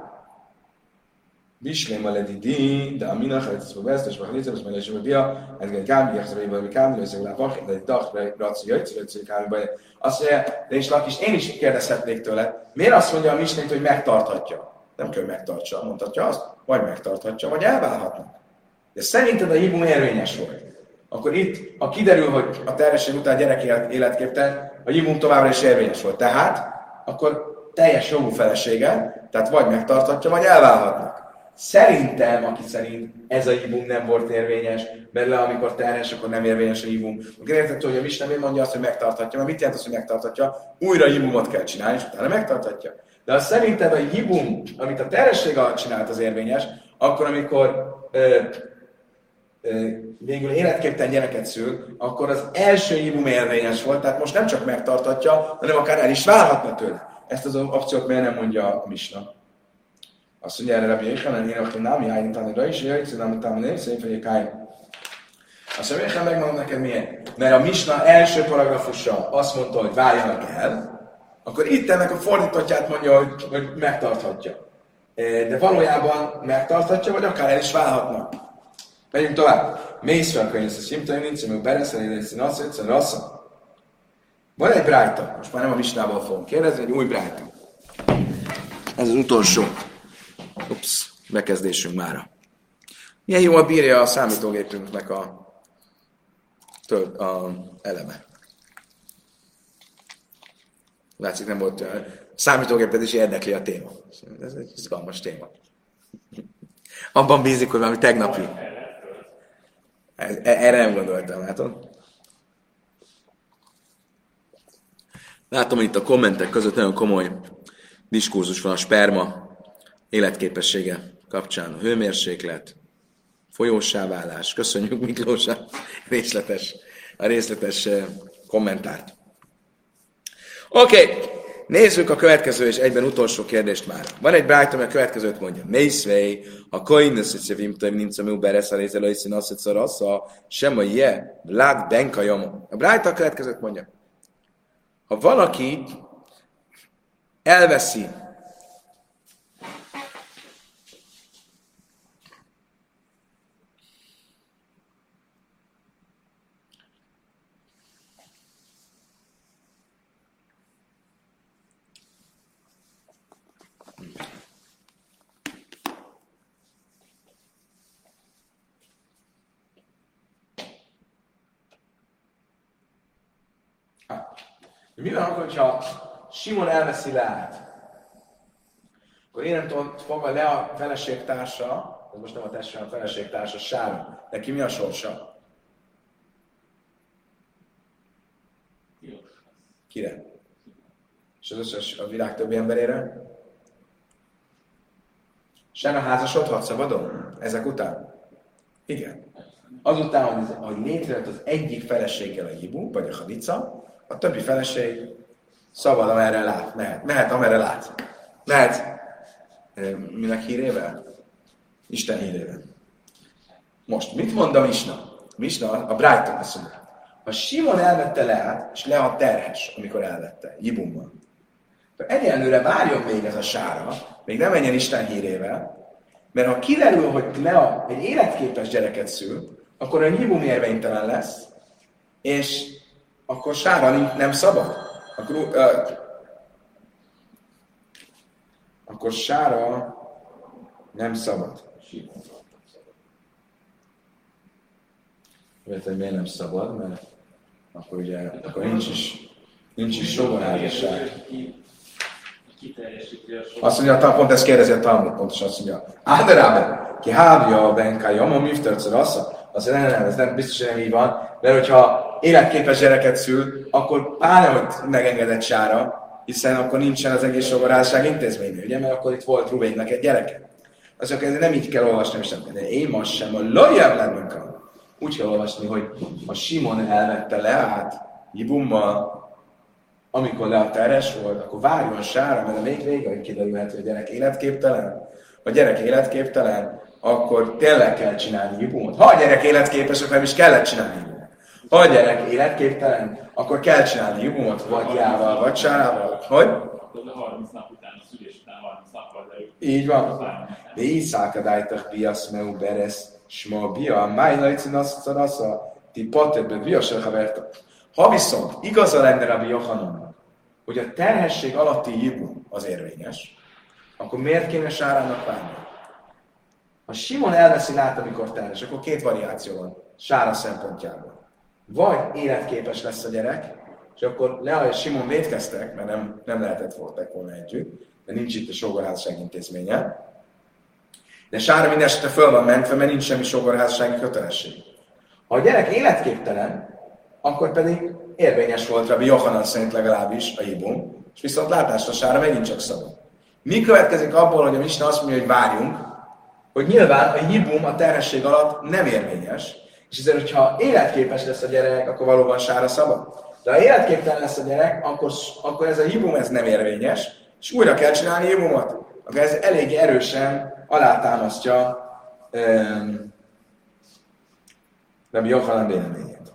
Vislém a ledidi, de a minach, hogy ez fogva ezt, és mahalica, és mellesem a bia, ez egy kámi, és a bajba kámi, és a vach, de egy dach, raci, jöjjtsz, jöjjtsz, kámi baj. Azt mondja, de is Lakis, én is kérdezhetnék tőle, miért azt mondja a Misnét, hogy megtarthatja? Nem kell, hogy megtartsa, mondhatja azt, vagy megtarthatja, vagy elválhatnak. De szerinted a hibum érvényes volt. Akkor itt, ha kiderül, hogy a terhesség után gyerek életképtelen, a hibum továbbra is érvényes volt. Tehát, akkor teljes jogú felesége, tehát vagy megtarthatja, vagy elválhatnak. Szerintem, aki szerint ez a hibum nem volt érvényes, mert le amikor terhes, akkor nem érvényes a hibum. Akkor értető, hogy a Misna miért mondja azt, hogy megtarthatja, mert mit jelent az, hogy megtarthatja? Újra hibumot kell csinálni, és utána megtarthatja. De ha szerinted a hibum, amit a terhesség alatt csinált, az érvényes, akkor amikor ö, ö, végül életképtelen gyereket szül, akkor az első hibum érvényes volt, tehát most nem csak megtarthatja, hanem akár el is válhatna tőle. Ezt az opciót miért nem mondja a Misna? Azt mondja erre Rabbi Yochanan, én aki nem járni tanulra is, jöjjtsz, nem utána nem szép, hogy kájn. Azt mondja, Yochanan megmondom neked miért. Mert a Misna első paragrafusa azt mondta, hogy váljanak el, akkor itt ennek a fordítottját mondja, hogy, hogy megtarthatja. De valójában megtarthatja, vagy akár el is válhatnak. Megyünk tovább. Mész fel, könyvesz a szimtaim, nincs, hogy bereszel, illetve nasz, egyszer rassza. Van egy brájta, most már nem a Misnából fogom kérdezni, egy új brájta. Ez az utolsó. Ups, bekezdésünk mára. Milyen jól bírja a számítógépünknek a, több, a eleme. Látszik, nem volt olyan. A számítógépet is érdekli a téma. Ez egy izgalmas téma. Abban bízik, hogy valami tegnapi. Erre nem gondoltam, látod? Látom, hogy itt a kommentek között nagyon komoly diskurzus van a sperma életképessége kapcsán. A hőmérséklet, folyósá válás. Köszönjük Miklós a részletes, a részletes kommentárt. Oké, okay. Nézzük a következő és egyben utolsó kérdést már. Van egy brájta, ami a következőt mondja. Mészvej, a koinus, hogy szevimtaim nincs a műberesz, a rézelőiszín azt, hogy szarasza, sem a je, lád benka jomon. A brájta a következőt mondja. Ha valaki elveszi mi van akkor, hogyha Simon elveszi Leát? Akkor innentől fogva le a feleségtársa, ez most nem a testvére, a feleségtársa, Sára. Neki mi a sorsa? Kire? És az összes a világ többi emberére? Sára házasodhat szabadon? Ezek után? Igen. Azután, hogy létrejött az egyik feleséggel a Jibu, vagy a Hadica, a többi feleség szabad, amerre lát. Mehet, mehet amerre lát. Mehet. Minek hírével? Isten hírével. Most, mit mond a Misna? Misna, a Brájton azt mondja. Ha Simon elvette Leát, és Lea terhes, amikor elvette, Jibumban, akkor egyenlőre várjon még ez a Sára, még nem menjen Isten hírével, mert ha kiderül, hogy Lea egy életképes gyereket szül, akkor a Jibum érvénytelen lesz, és akkor Sára nem szabad. Akkor, uh, akkor Sára nem szabad. Mert hogy miért nem szabad, mert akkor ugye akkor nincs is, nincs is sógorházasság. Azt mondja, pont ezt kérdezi a Talmud, pontosan azt mondja, Áderában, ki hávja a benkája, ma miftörcör assza, azt mondja, nem, nem, ez nem biztos, hogy nem így van, mert hogyha életképes gyereket szül, akkor pláne, hogy megengedett Sára, hiszen akkor nincsen az egész sógorházasság intézménye, ugye, mert akkor itt volt Ruvénnek egy gyereke. Azok ezért nem így kell olvasni, sem, de én most sem, a lojjebb lennünk. Úgy kell olvasni, hogy a Simon elvette Leát Jibummal, amikor Lea terhes volt, akkor várjon Sára, mert a még vége, hogy kiderülhet, hogy a gyerek életképtelen. Ha a gyerek életképtelen, akkor tényleg kell csinálni Jibumot. Ha a gyerek életképes, akkor nem is kellett csinálni Jibumot. Ha a gyerek életképtelen, akkor kell csinálni Jibumot, vagy Leával, vagy Sárával. Hogy? harminc nap után, a szülés után harminc nappal, de ők... Így van. De így szálkadájtak biasz meu beres, sma bia, májlajcin azt szarasza, ti patetbe biasra haverta. Ha viszont igaza lenne Rabbi Jochanannak, hogy a terhesség alatti Jibum az érvényes, akkor miért kéne Sárának várni? Ha Simon elveszi Leát, amikor terhes, akkor két variáció van Sára szempontjából. Vagy életképes lesz a gyerek, és akkor Lea és Simon vétkeztek, mert nem, nem lehetett voltak volna együtt, de nincs itt a sógorházasság intézménye. De Sára minden esetre föl van mentve, mert nincs semmi sógorházassági kötelesség. Ha a gyerek életképtelen, akkor pedig érvényes volt Rabbi Jochanan szerint legalábbis a Jibum, és viszont látásra Sára megint csak szabad. Mi következik abból, hogy a Misna azt mondja, hogy várjunk, hogy nyilván a Jibum a terhesség alatt nem érvényes, és ezért, hogyha életképes lesz a gyerek, akkor valóban Sára szabad. De ha életképtelen lesz a gyerek, akkor, akkor ez a Jibum ez nem érvényes, és újra kell csinálni Jibumot. Akkor ez elég erősen alátámasztja um, Rabbi Jochanan véleményét.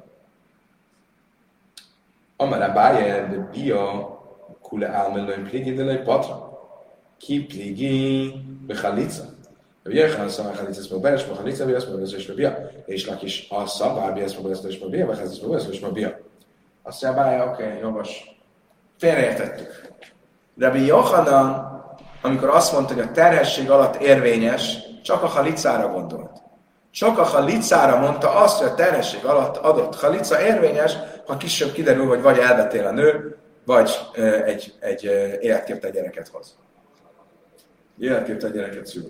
Amara bájer de bia kule álmelőn pligi de lej patra. Ki pligi bechalica. Rabbi Jochanan szamá chalica szmó beres, bechalica biasz, bechalica és bia. És lakis alsza, bár biasz, bechalica és bia, bechalica és bia. Azt mondja, bája, oké, okay, jogos. Félreértettük. Rabbi Jochanan, amikor azt mondta, hogy a terhesség alatt érvényes, csak a halicára gondolt. Csak a halicára mondta azt, hogy a terhesség alatt adott halica érvényes, ha később kiderül, hogy vagy elvetél a nő, vagy ö, egy, egy ö, életképtelen gyereket hoz. Életképtelen gyereket szül.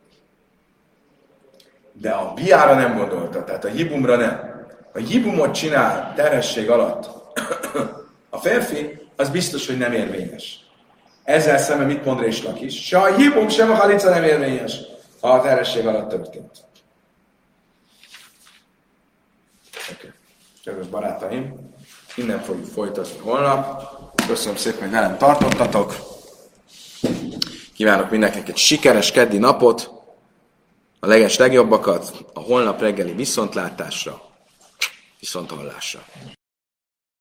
De a biára nem gondolta, tehát a jibumra nem. A jibumot csinál terhesség alatt a férfi, az biztos, hogy nem érvényes. Ezzel szemben mit mond Résh Lakish? Se a jibum, sem a halica nem érvényes, ha a terhesség alatt történt. Okay. Kedves barátaim, innen fogjuk folytatni holnap. Köszönöm szépen, hogy velem tartottatok. Kívánok mindenkinek egy sikeres keddi napot, a leges legjobbakat, a holnap reggeli viszontlátásra, viszonthallásra.